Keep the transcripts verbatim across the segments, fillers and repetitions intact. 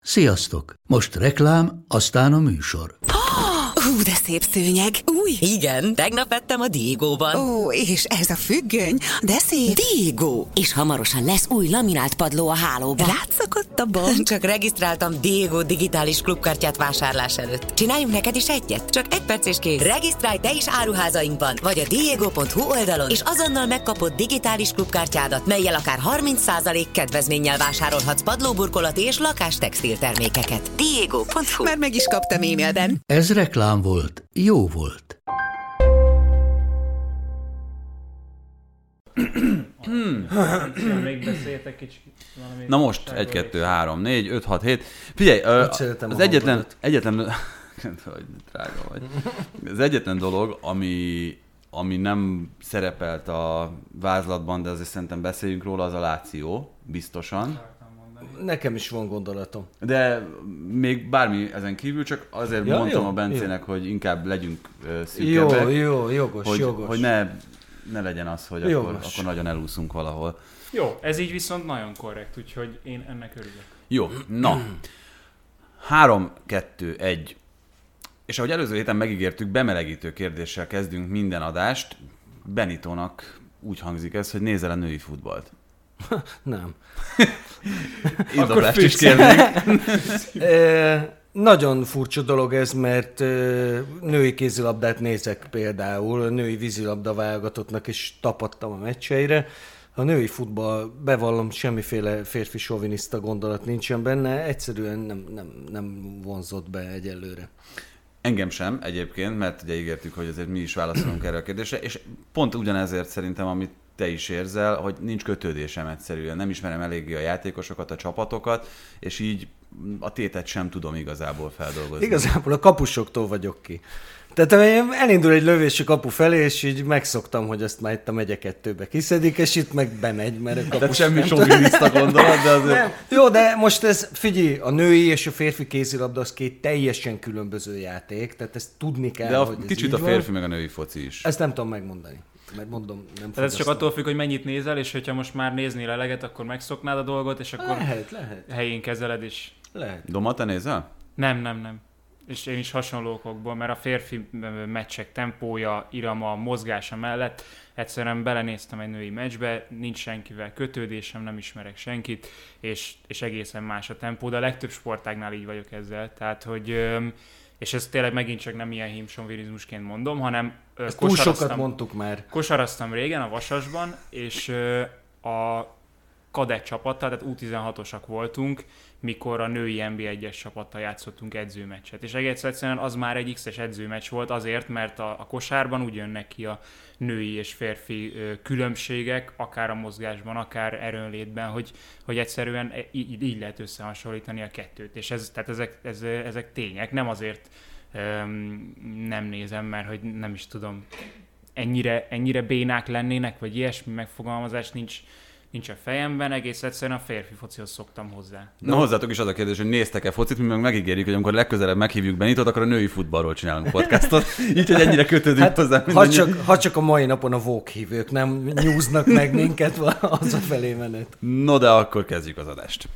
Sziasztok! Most reklám, aztán a műsor. Hú, de szép szőnyeg. Új? Igen, tegnap vettem a Diegóban. Ó, és ez a függöny, de szép. Diegó! És hamarosan lesz új laminált padló a hálóban. Rátszakadt a bank. Csak regisztráltam Diegó digitális klubkártyát vásárlás előtt. Csináljunk neked is egyet? Csak egy perc és kész. Regisztrálj te is áruházainkban, vagy a diego pont hu oldalon, és azonnal megkapod digitális klubkártyádat, mellyel akár harminc százalék kedvezménnyel vásárolhatsz padlóburkolati és lakástextil termékeket. diego pont hu. Már meg is kaptam e-mailben. Ez reklám volt, jó volt. Hmm. Még beszéltek kicsit valami. Na most egy, kettő, három, négy, öt, hat, hét. Figyelj, az egyetlen, egyetlen, hogy drága vagy. Az egyetlen dolog, ami, ami nem szerepelt a vázlatban, de azért szerintem beszéljünk róla, az a Láció, biztosan. Nekem is van gondolatom. De még bármi ezen kívül, csak azért ja, mondtam jó, a Bencének, jó. hogy inkább legyünk uh, szűkebbek. Jó, jó, jogos, hogy, jogos. Hogy ne, ne legyen az, hogy akkor, akkor nagyon elúszunk valahol. Jó, ez így viszont nagyon korrekt, úgyhogy én ennek örülök. Jó, na. Három, kettő, egy. És ahogy előző héten megígértük, bemelegítő kérdéssel kezdünk minden adást. Benitónak úgy hangzik ez, hogy nézel a női futballt. Nem. Indoklást is kérnék. e, nagyon furcsa dolog ez, mert e, női kézilabdát nézek például, a női vízilabda válogatottnak is tapadtam a meccseire. A női futball, bevallom, semmiféle férfi soviniszta gondolat nincsen benne, egyszerűen nem, nem, nem vonzott be egyelőre. Engem sem egyébként, mert ugye ígértük, hogy azért mi is válaszolunk erre a kérdésre, és pont ugyanezért szerintem, amit te is érzel, hogy nincs kötődésem egyszerűen. Nem ismerem eléggé a játékosokat, a csapatokat, és így a tétet sem tudom igazából feldolgozni. Igazából a kapusoktól vagyok ki. Tehát elindul egy lövés a kapu felé, és így megszoktam, hogy azt már itt a megye kettőbe kiszedik, és itt meg bemegy, mert a kapus... Tehát semmi soviniszta gondolat, de azért... Nem. Jó, de most ez, figyelj, a női és a férfi kézilabda az két teljesen különböző játék, tehát ezt tudni kell, de a, hogy ez kicsit a így férfi van. meg a női foci is. Ezt nem tudom megmondani. Mert mondom, nem Tehát ez csak attól függ, hogy mennyit nézel, és hogyha most már néznél eleget, akkor megszoknád a dolgot, és akkor lehet, lehet. helyén kezeled is. Lehet. Doma, te nézel? Nem, nem, nem. És én is hasonló okokból, mert a férfi meccsek tempója, irama, mozgása mellett egyszerűen belenéztem egy női meccsbe, nincs senkivel kötődésem, nem ismerek senkit, és, és egészen más a tempó, de a legtöbb sportágnál így vagyok ezzel. Tehát, hogy... És ez tényleg megint csak nem ilyen hímsonvirizmusként mondom, hanem ezt túl sokat mondtuk már. Kosaraztam régen a Vasasban, és a kadett csapattal, tehát U tizenhatosak voltunk, mikor a női en bé egyes csapattal játszottunk edzőmeccset. És egész egyszerűen az már egy X-es edzőmeccs volt azért, mert a, a kosárban úgy jönnek ki a női és férfi ö, különbségek, akár a mozgásban, akár erőnlétben, hogy, hogy egyszerűen így, így lehet összehasonlítani a kettőt. És ez, tehát ezek, ez, ezek tények, nem azért öm, nem nézem, mert hogy nem is tudom, ennyire, ennyire bénák lennének, vagy ilyesmi megfogalmazás nincs, nincs a fejemben, egész egyszerűen a férfi focihoz szoktam hozzá. Na hozzátok is az a kérdés, hogy néztek-e focit, mi meg megígérjük, hogy amikor legközelebb meghívjuk Benitót, akkor a női futballról csinálunk podcastot. Így, hogy ennyire kötődik hát, hozzá. Ha csak, ha csak a mai napon a Vogue hívők nem nyúznak meg minket, az a felé menet. No, de akkor kezdjük az adást.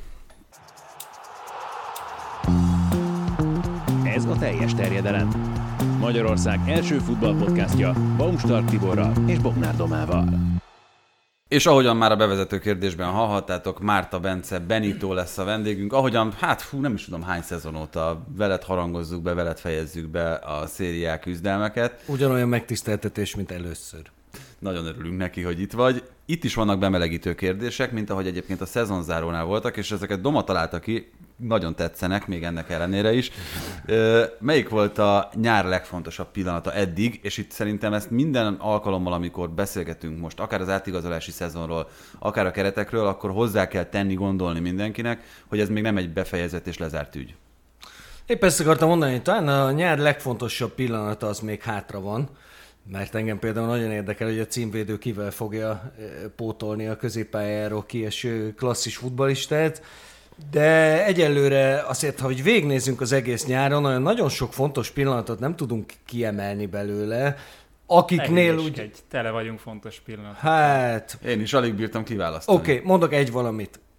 Ez a teljes terjedelem. Magyarország első futballpodcastja Baumstark Tiborral és Bognár Domával. És ahogyan már a bevezető kérdésben hallhattátok, Márta Bence, Benito lesz a vendégünk. Ahogyan, hát fú, nem is tudom hány szezon óta veled harangozzuk be, veled fejezzük be a szériák küzdelmeket. Ugyanolyan megtiszteltetés, mint először. Nagyon örülünk neki, hogy itt vagy. Itt is vannak bemelegítő kérdések, mint ahogy egyébként a szezonzárónál voltak, és ezeket Doma találta ki, nagyon tetszenek, még ennek ellenére is. Melyik volt a nyár legfontosabb pillanata eddig, és itt szerintem ezt minden alkalommal, amikor beszélgetünk most, akár az átigazolási szezonról, akár a keretekről, akkor hozzá kell tenni, gondolni mindenkinek, hogy ez még nem egy befejezett és lezárt ügy. Épp ezt akartam mondani, hogy talán a nyár legfontosabb pillanata az még hátra van, mert engem például nagyon érdekel, hogy a címvédő kivel fogja pótolni a középpályáról kieső klasszis futballistát, de egyelőre azért, ha hogy végignézzünk az egész nyáron, olyan nagyon sok fontos pillanatot nem tudunk kiemelni belőle, akiknél úgy... Egy, tele vagyunk fontos pillanat. Hát... Én is alig bírtam kiválasztani. Oké, okay, mondok egy valamit.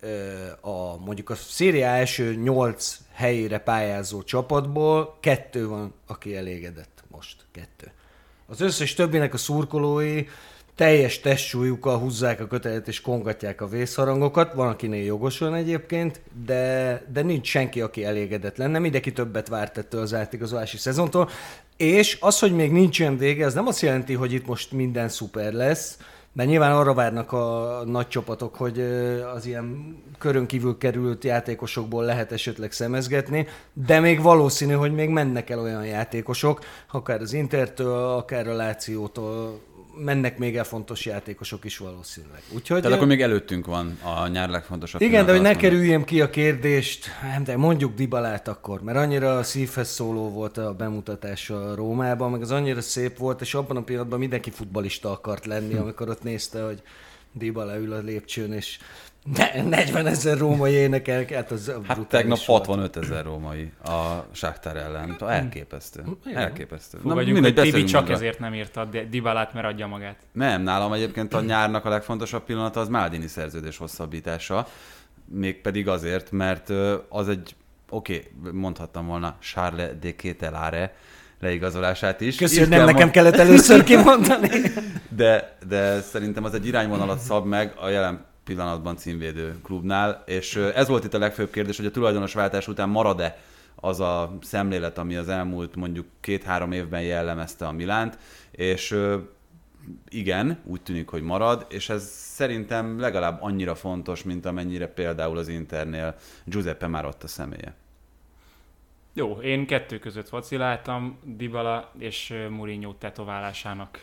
a, mondjuk a Serie A első nyolc helyére pályázó csapatból kettő van, aki elégedett most. Kettő. Az összes többinek a szurkolói teljes testsúlyukkal húzzák a kötelet és kongatják a vészharangokat. Van, akinél jogosan egyébként, de, de nincs senki, aki elégedett lenne. Mindenki többet várt ettől az átigazolási szezontól. És az, hogy még nincsen vége, az nem azt jelenti, hogy itt most minden szuper lesz, mert nyilván arra várnak a nagy csapatok, hogy az ilyen körön kívül került játékosokból lehet esetleg szemezgetni, de még valószínű, hogy még mennek el olyan játékosok, akár az Intertől, akár a Lációtól, mennek még el fontos játékosok is valószínűleg. Úgyhogy, Tehát akkor még előttünk van a nyár legfontosabb. Igen, de hogy ne kerüljem ki a kérdést, nem, de mondjuk Dybalát akkor, mert annyira szívhez szóló volt a bemutatása Rómában, meg az annyira szép volt, és abban a pillanatban mindenki futballista akart lenni, amikor ott nézte, hogy Dybala ül a lépcsőn, és negyven ezer római énekel, hát az Hát tegnap hatvanöt ezer római a Shakhtar ellen. Elképesztő. Elképesztő. Fogadjuk, hogy Tibi csak ezért nem írta Dybalát, mert adja magát. Nem, nálam egyébként a nyárnak a legfontosabb pillanata az Maldini szerződés hosszabbítása. Mégpedig azért, mert az egy, oké, okay, mondhattam volna Charles de Ketelare leigazolását is. Köszönöm, nem nekem mond... kellett először kimondani. De, de szerintem az egy irányvonalat szab meg a jelen pillanatban címvédő klubnál, és ez volt itt a legfőbb kérdés, hogy a tulajdonosváltás után marad-e az a szemlélet, ami az elmúlt mondjuk két-három évben jellemezte a Milánt, és igen, úgy tűnik, hogy marad, és ez szerintem legalább annyira fontos, mint amennyire például az Internél Giuseppe Marotta személye. Jó, én kettő között vaciláltam, Dybala és Mourinho tetoválásának.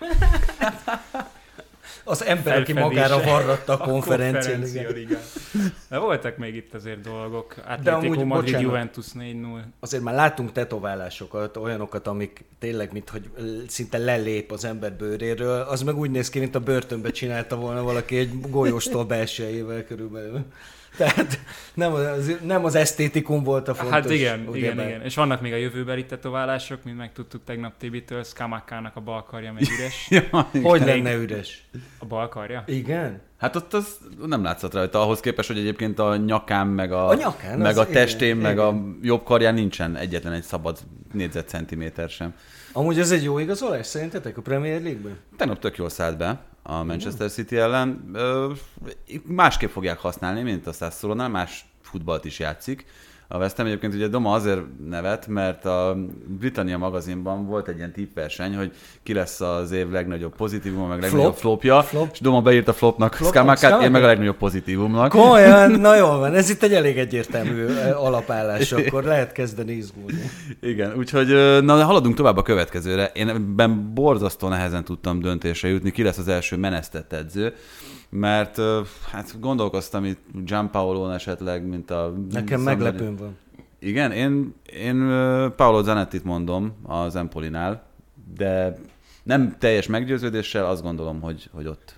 Az ember, aki magára varratta a konferencián. De voltak még itt azért dolgok. Atlético Madrid, Juventus négy null. Azért már látunk tetoválásokat, olyanokat, amik tényleg, mint hogy szinte lelép az ember bőréről. Az meg úgy néz ki, mint a börtönbe csinálta volna valaki egy golyóstól belsejével körülbelül. Tehát nem az, nem az esztétikum volt a fontos. Hát igen, igen, be. igen. És vannak még a jövőbeli tetoválások, mint megtudtuk tegnap Tibitől, Scamacca-nak a bal karja még üres. Ja, hogy lenne üres? A bal karja? Igen. Hát ott az nem látszott rajta, ahhoz képest, hogy egyébként a nyakán, meg a, a, nyakán, meg a testén, igen, meg igen. a jobb karján nincsen egyetlen egy szabad négyzetcentiméter sem. Amúgy ez egy jó igazolás szerintetek a Premier League-ben? Tegnap tök jól szállt be a Manchester City ellen. Másképp fogják használni, mint a Sassuolónál, más futballt is játszik. A West Ham egyébként ugye Doma azért nevet, mert a Britannia magazinban volt egy ilyen tippverseny, hogy ki lesz az év legnagyobb pozitívuma, meg legnagyobb Flop. flopja, Flop. és Doma beírta flopnak Flop, Scamacca-t, én meg a legnagyobb pozitívumnak. Komolyan, na jól van, ez itt egy elég egyértelmű alapállás, akkor lehet kezdeni izgulni. Igen, úgyhogy na, haladunk tovább a következőre. Én ebben borzasztó nehezen tudtam döntésre jutni, ki lesz az első menesztett edző, mert hát gondolkoztam itt Gianpaolón esetleg, mint a... Nekem meglepőm van. Igen, én, én Paolo Zanettit mondom az Empolinál, de nem teljes meggyőződéssel, azt gondolom, hogy, hogy ott.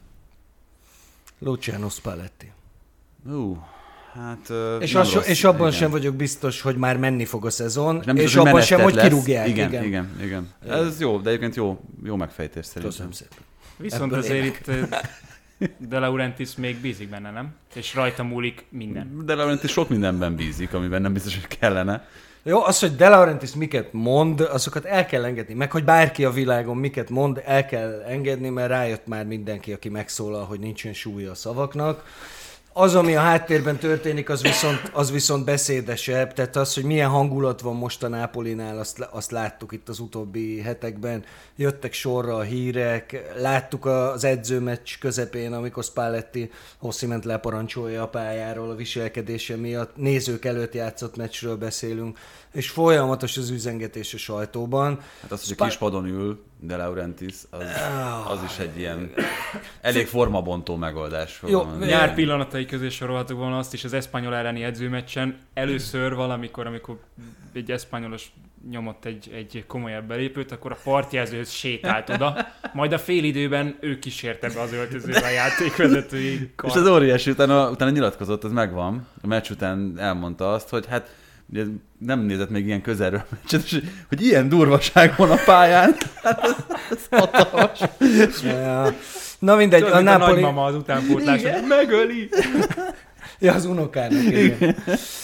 Luciano Spalletti. Uh, hát... És, az, rossz, és abban igen. sem vagyok biztos, hogy már menni fog a szezon, és, nem és biztos, abban sem, hogy lesz. kirúgják. Igen, igen, igen, igen. Ez jó, de egyébként jó, jó megfejtés szerintem. Köszönöm szépen. Viszont Ebből azért ének. itt... De Laurentiis még bízik benne, nem? És rajta múlik minden. De Laurentiis sok mindenben bízik, amiben nem biztos, hogy kellene. Jó, az, hogy De Laurentiis miket mond, azokat el kell engedni. Meg, hogy bárki a világon miket mond, el kell engedni, mert rájött már mindenki, aki megszólal, hogy nincsen súlya a szavaknak. Az, ami a háttérben történik, az viszont, az viszont beszédesebb. Tehát az, hogy milyen hangulat van most a Nápolinál, azt, azt láttuk itt az utóbbi hetekben. Jöttek sorra a hírek, láttuk az edzőmeccs közepén, amikor Spalletti Osimhent leparancsolja a pályáról a viselkedése miatt. Nézők előtt játszott meccsről beszélünk, és folyamatos az üzengetés a sajtóban. Hát az, hogy Spa- a kispadon ül De Laurentiis, az, az is egy ilyen elég formabontó megoldás. Jó, nyár pillanatai közé sorolhatok volna azt is az Espanyol elleni edzőmeccsen. Először valamikor, amikor egy eszpanyolos nyomott egy, egy komolyabb belépőt, akkor a partjelzőhöz sétált oda, majd a félidőben ő kísérte be az öltözőbe a játékvezetői kar. És az óriási utána, utána nyilatkozott, ez megvan. A meccs után elmondta azt, hogy hát ugye nem nézett még ilyen közelről meccset, és hogy ilyen durvaság van a pályán. Hát ez, ez hatalmas. Ja. Na mindegy, Tudod, a Napoli... nagymama az utánpótlás, megöli. Ja, az unokának, igen.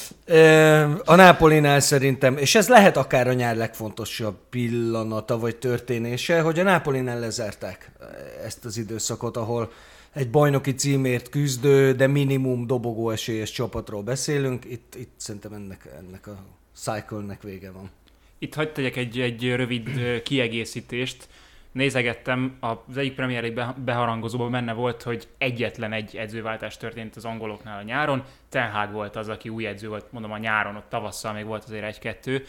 A Nápolinál szerintem, és ez lehet akár a nyár legfontosabb pillanata vagy történése, hogy a Nápolinál lezárták ezt az időszakot, ahol egy bajnoki címért küzdő, de minimum dobogó esélyes csapatról beszélünk. Itt, itt szerintem ennek, ennek a cycle-nek vége van. Itt hagyd tegyek egy, egy rövid kiegészítést. Nézegettem, az egyik Premier League beharangozóban benne volt, hogy egyetlen egy edzőváltás történt az angoloknál a nyáron. Ten Hag volt az, aki új edző volt, mondom a nyáron, ott tavasszal még volt azért egy-kettő.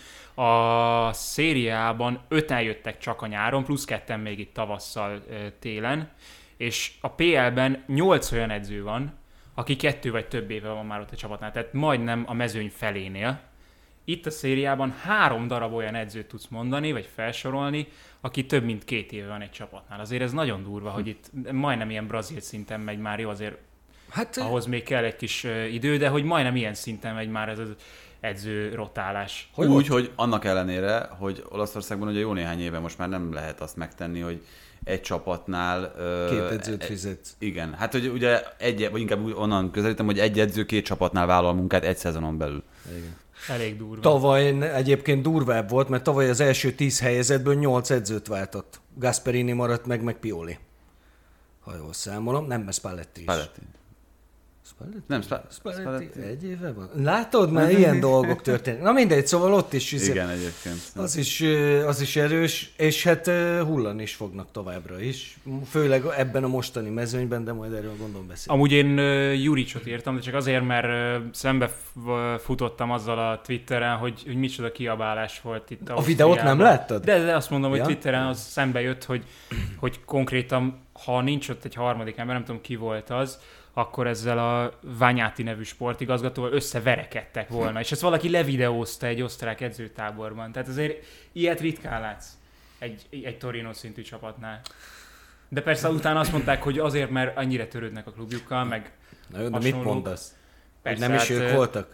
A szériában öten jöttek csak a nyáron, plusz ketten még itt tavasszal télen. És a pé el-ben nyolc olyan edző van, aki kettő vagy több éve van már ott a csapatnál, tehát majdnem a mezőny felénél. Itt a szériában három darab olyan edzőt tudsz mondani, vagy felsorolni, aki több mint két éve van egy csapatnál. Azért ez nagyon durva, hogy itt majdnem ilyen brazil szinten megy már, jó, azért hát, ahhoz még kell egy kis idő, de hogy majdnem ilyen szinten megy már ez az edző rotálás. Hogy úgy, hogy annak ellenére, hogy Olaszországban ugye jó néhány éve most már nem lehet azt megtenni, hogy egy csapatnál... Két edzőt fizetsz. Igen, hát hogy ugye egy, vagy inkább onnan közelítem, hogy egy edző két csapatnál vállal munkát egy szezonon belül. Igen. Elég durva. Tavaly egyébként durvább volt, mert tavaly az első tíz helyezetből nyolc edzőt váltott. Gasperini maradt meg, meg Pioli. Ha jól számolom, nem, mert Spalletti is. Spalletti. Spalletti? Nem, Spalletti. Spalletti. Egy éve van? Látod, már ilyen dolgok történnek. Na mindegy, szóval ott is... Igen, egyébként. Az is, az is erős, és hát hullani is fognak továbbra is. Főleg ebben a mostani mezőnyben, de majd erről gondolom beszélni. Amúgy én uh, Juricsot írtam, de csak azért, mert uh, szembe futottam azzal a Twitteren, hogy, hogy micsoda kiabálás volt itt. A videót nem láttad? De, de azt mondom, ja? hogy Twitteren az szembe jött, hogy, hogy konkrétan, ha nincs ott egy harmadik ember, nem tudom ki volt az, akkor ezzel a Ványáti nevű sportigazgatóval összeverekedtek volna. És ezt valaki levideózta egy osztrák edzőtáborban. Tehát azért ilyet ritkán látsz egy, egy Torino szintű csapatnál. De persze utána azt mondták, hogy azért, mert annyira törődnek a klubjukkal, meg na jó, de mit mondasz? Persze, nem is hát, ők voltak?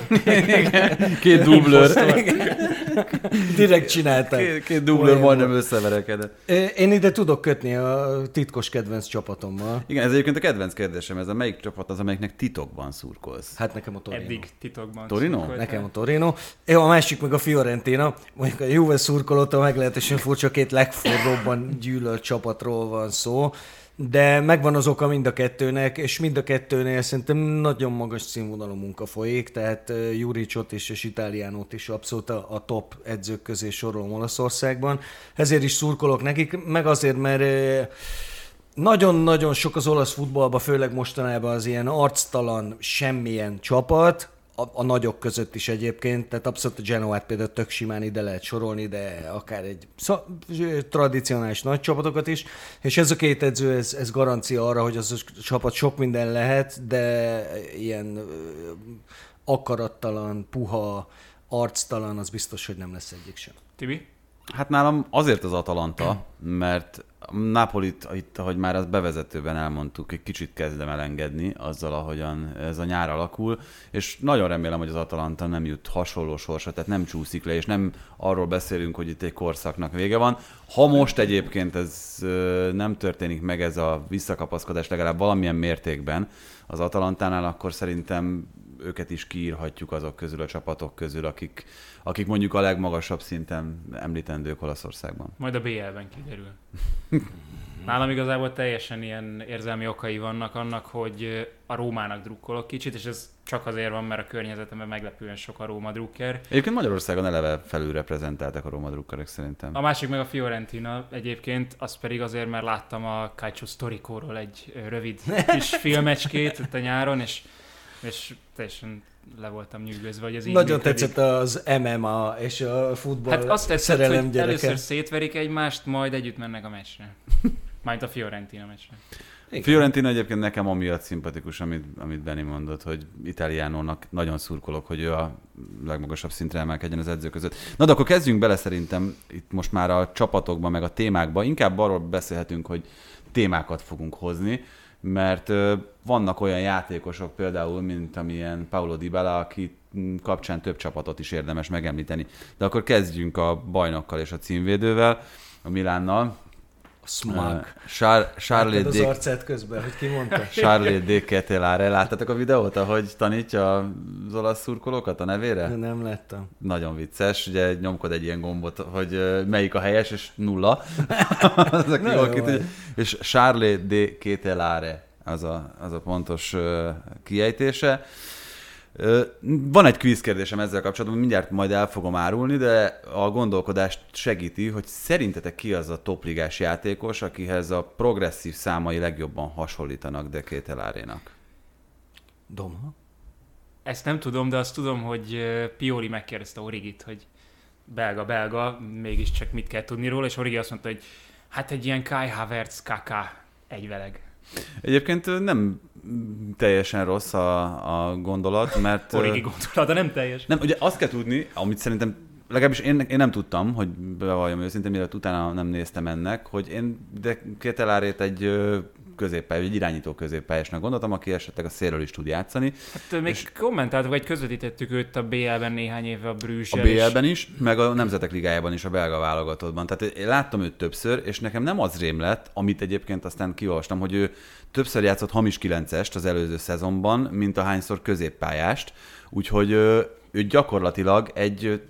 Két dublőr. Direkt csinálták. Két, két dublőr majdnem összeverekedett. Én ide tudok kötni a titkos kedvenc csapatommal. Igen, ez egyébként a kedvenc kérdésem, ez a melyik csapat az, amelyiknek titokban szurkolsz? Hát nekem a Torino. Eddig titokban Torino? szurkoltál. Nekem a Torino. Jó, a másik meg a Fiorentina. Mondjuk a Juve szurkolótól meglehetősen furcsa, két legforróbban gyűlölt csapatról van szó. De megvan az oka mind a kettőnek, és mind a kettőnél szerintem nagyon magas színvonalú munka folyik, tehát Juricsot is és Itáliánót is abszolút a, a top edzők közé sorolom Olaszországban. Ezért is szurkolok nekik, meg azért, mert nagyon-nagyon sok az olasz futballban, főleg mostanában az ilyen arctalan semmilyen csapat, a, a nagyok között is egyébként, tehát abszolút a Genoát például tök simán ide lehet sorolni, de akár egy szó, tradicionális nagy csapatokat is, és ez a két edző, ez, ez garancia arra, hogy az a csapat sok minden lehet, de ilyen akarattalan, puha, arctalan, az biztos, hogy nem lesz egyik sem. Tibi? Hát nálam azért az Atalanta, mert Napolit, itt, ahogy már az bevezetőben elmondtuk, egy kicsit kezdem elengedni azzal, ahogyan ez a nyár alakul, és nagyon remélem, hogy az Atalanta nem jut hasonló sorsa, tehát nem csúszik le, és nem arról beszélünk, hogy itt egy korszaknak vége van. Ha most egyébként ez nem történik meg, ez a visszakapaszkodás legalább valamilyen mértékben az Atalantánál, akkor szerintem őket is kiírhatjuk azok közül, a csapatok közül, akik, akik mondjuk a legmagasabb szinten említendők Olaszországban. Majd a bé el-ben kiderül. Nálam igazából teljesen ilyen érzelmi okai vannak annak, hogy a Rómának drukkolok kicsit, és ez csak azért van, mert a környezetemben meglepően sok a Róma drukker. Egyébként Magyarországon eleve felül reprezentáltak a Róma drukkerek szerintem. A másik meg a Fiorentina egyébként, az pedig azért, mert láttam a Calcio Storicoról egy rövid kis filmecskét itt a nyáron, és és teljesen le voltam nyűgözve, hogy ez így nagyon működik. tetszett az em em á és a futball hát azt tetszett, szerelem hogy gyereke. Először szétverik egymást, majd együtt mennek a meccsre. Majd a Fiorentina meccsre. Igen. Fiorentina egyébként nekem amiatt szimpatikus, amit, amit Benni mondott, hogy Italiánónak nagyon szurkolok, hogy ő a legmagasabb szintre emelkedjen az edző között. Na de akkor kezdjünk bele szerintem itt most már a csapatokban, meg a témákban. Inkább arról beszélhetünk, hogy témákat fogunk hozni, mert ö, vannak olyan játékosok például, mint amilyen Paulo Dybala, aki kapcsán több csapatot is érdemes megemlíteni. De akkor kezdjünk a bajnokkal és a címvédővel, a Milánnal. A smug. Char- Charlie az D. arcát közben, hogy ki mondta? Charlie D. Ketelare. Láttatok a videót, ahogy tanítja az olasz szurkolókat a nevére? Nem láttam. Nagyon vicces, ugye nyomkod egy ilyen gombot, hogy melyik a helyes, és nulla. az, aki jól kitudja. És Charlie D. Ketelare az a, az a pontos kiejtése. Van egy quiz kérdésem ezzel kapcsolatban, mindjárt majd el fogom árulni, de a gondolkodást segíti, hogy szerintetek ki az a topligás játékos, akihez a progresszív számai legjobban hasonlítanak De Ketelarénak? Doma? Ezt nem tudom, de azt tudom, hogy Pioli megkérdezte Origit, hogy belga-belga, mégiscsak mit kell tudni róla, és Origi azt mondta, hogy hát egy ilyen Kai Havertz Kaká egyveleg. Egyébként nem teljesen rossz a, a gondolat, mert... Origi gondolata nem teljes. Nem, ugye azt kell tudni, amit szerintem, legalábbis én, én nem tudtam, hogy bevalljam őszintén, mielőtt utána nem néztem ennek, hogy én De Ketelárét egy középpályás, egy irányító középpályásnak gondoltam, aki esetleg a szélről is tud játszani. Hát még és kommentáltuk, vagy közvetítettük őt a bé el-ben néhány éve a Brüsszel. A bé el-ben is, meg a Nemzetek Ligájában is, a belga válogatottban. Tehát én láttam őt többször, és nekem nem az rém lett, amit egyébként aztán kiolvastam, hogy ő többször játszott hamis kilencest az előző szezonban, mint ahányszor középpályást. Úgyhogy ő gyakorlatilag egy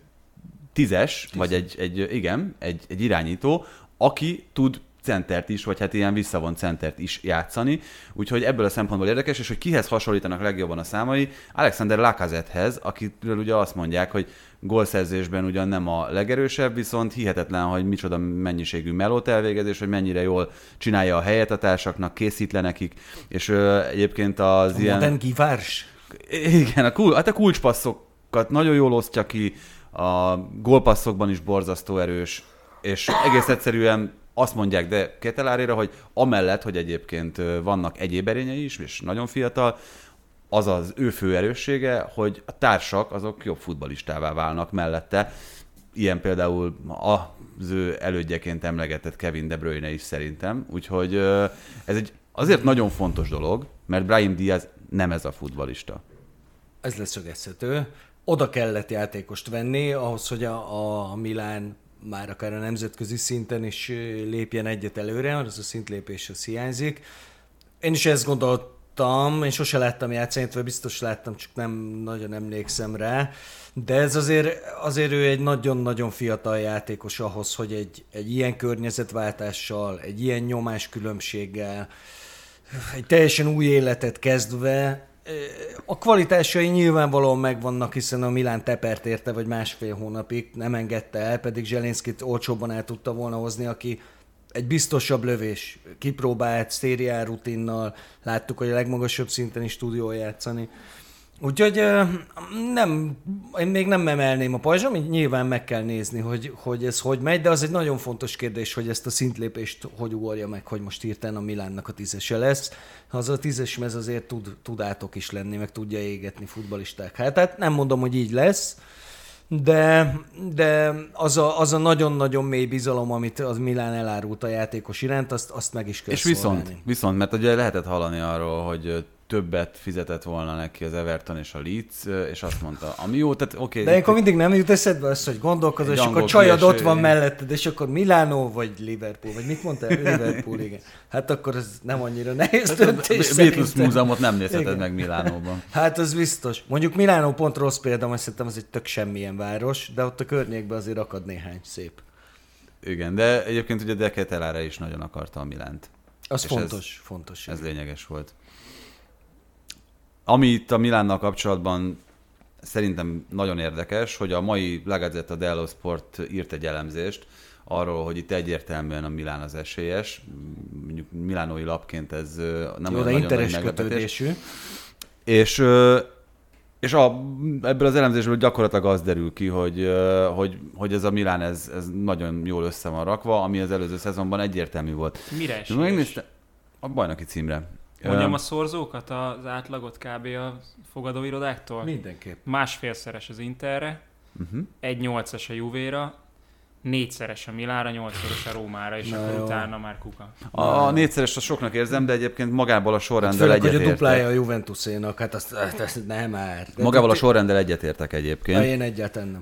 tízes, Tíz. vagy egy, egy, igen, egy, egy irányító, aki tud centert is, vagy hát ilyen visszavont centert is játszani. Úgyhogy ebből a szempontból érdekes, és hogy kihez hasonlítanak legjobban a számai, Alexander Lacazettehez, akiről ugye azt mondják, hogy gólszerzésben ugyan nem a legerősebb, viszont hihetetlen, hogy micsoda mennyiségű melót elvégez, hogy mennyire jól csinálja a helyet a társaknak, készít le nekik, és ö, egyébként az a ilyen... modern kivárás. Igen, a, kul... hát a kulcspasszokat nagyon jól osztja ki, a gólpasszokban is borzasztó erős, és egész egyszerűen azt mondják De Ketelaréra, hogy amellett, hogy egyébként vannak egyéb erényei is, és nagyon fiatal, az az ő fő erőssége, hogy a társak azok jobb futballistává válnak mellette. Ilyen például az ő elődjeként emlegetett Kevin De Bruyne is szerintem. Úgyhogy ez egy azért nagyon fontos dolog, mert Brahim Diaz nem ez a futballista. Ez leszögezhető. Oda kellett játékost venni, ahhoz, hogy a, a Milán már akár a nemzetközi szinten is lépjen egyet előre, az a szintlépés az hiányzik. Én is ezt gondoltam, én sose láttam játszani, vagy biztos láttam, csak nem nagyon emlékszem rá, de ez azért, azért ő egy nagyon-nagyon fiatal játékos ahhoz, hogy egy, egy ilyen környezetváltással, egy ilyen nyomáskülönbséggel, egy teljesen új életet kezdve, a kvalitásai nyilvánvalóan megvannak, hiszen a Milán tepert érte, vagy másfél hónapig nem engedte el, pedig Zselinszkit olcsóbban el tudta volna hozni, aki egy biztosabb lövés, kipróbált szériá rutinnal, láttuk, hogy a legmagasabb szinten is tud jól játszani. Úgyhogy nem, én még nem emelném a pajzsam, nyilván meg kell nézni, hogy, hogy ez hogy megy, de az egy nagyon fontos kérdés, hogy ezt a szintlépést hogy ugorja meg, hogy most hirtelen a Milánnak a tízese lesz. Az a tízes mez azért tud, tud átok is lenni, meg tudja égetni futballisták. Hát, tehát nem mondom, hogy így lesz, de, de az, a, az a nagyon-nagyon mély bizalom, amit az Milán elárult a játékos iránt, azt, azt meg is kell És viszont, viszont, mert ugye lehetett hallani arról, hogy többet fizetett volna neki az Everton és a Leeds, és azt mondta, ami jó, tehát oké. Okay, de akkor mindig nem jut eszedbe az, hogy gondolkozol, és akkor csajod ott van melletted, és akkor Milánó vagy Liverpool, vagy mit mondtál? Liverpool, igen. Hát akkor ez nem annyira nehéz döntés. Beatles múzeumot nem nézheted igen. meg Milánóban. Hát az biztos. Mondjuk Milánó pont rossz példa, mert szerintem az egy tök semmilyen város, de ott a környékben azért akad néhány szép. Igen, de egyébként ugye De Ketelare is nagyon akarta a Milánt. Az fontos, ez, fontos. Ez lényeges volt. Ami itt a Milánnal kapcsolatban szerintem nagyon érdekes, hogy a mai La Gazzetta dello Sport írt egy elemzést arról, hogy itt egyértelműen a Milán az esélyes. Mondjuk milánói lapként ez nem olyan nagyon nagy meglepetés. És, és a, ebből az elemzésből gyakorlatilag az derül ki, hogy, hogy, hogy ez a Milán ez, ez nagyon jól össze van rakva, ami az előző szezonban egyértelmű volt. Mire esélyes? A bajnoki címre. Mondjam a szorzókat, az átlagot kb. A fogadóirodáktól? Mindenképp. Másfélszeres az Interre, uh-huh. egy nyolcas a Juvéra, négyszeres a Milánra, nyolcszoros a Rómára, és Na akkor jó. utána már kuka. A, a négyszeres a soknak érzem, de egyébként magából a sorrenddel hát egyetértek. Főleg, hogy a duplája a Juventusénak, hát azt, azt nem már. Magával a sorrenddel egyetértek egyébként. Na, én egyáltalán nem.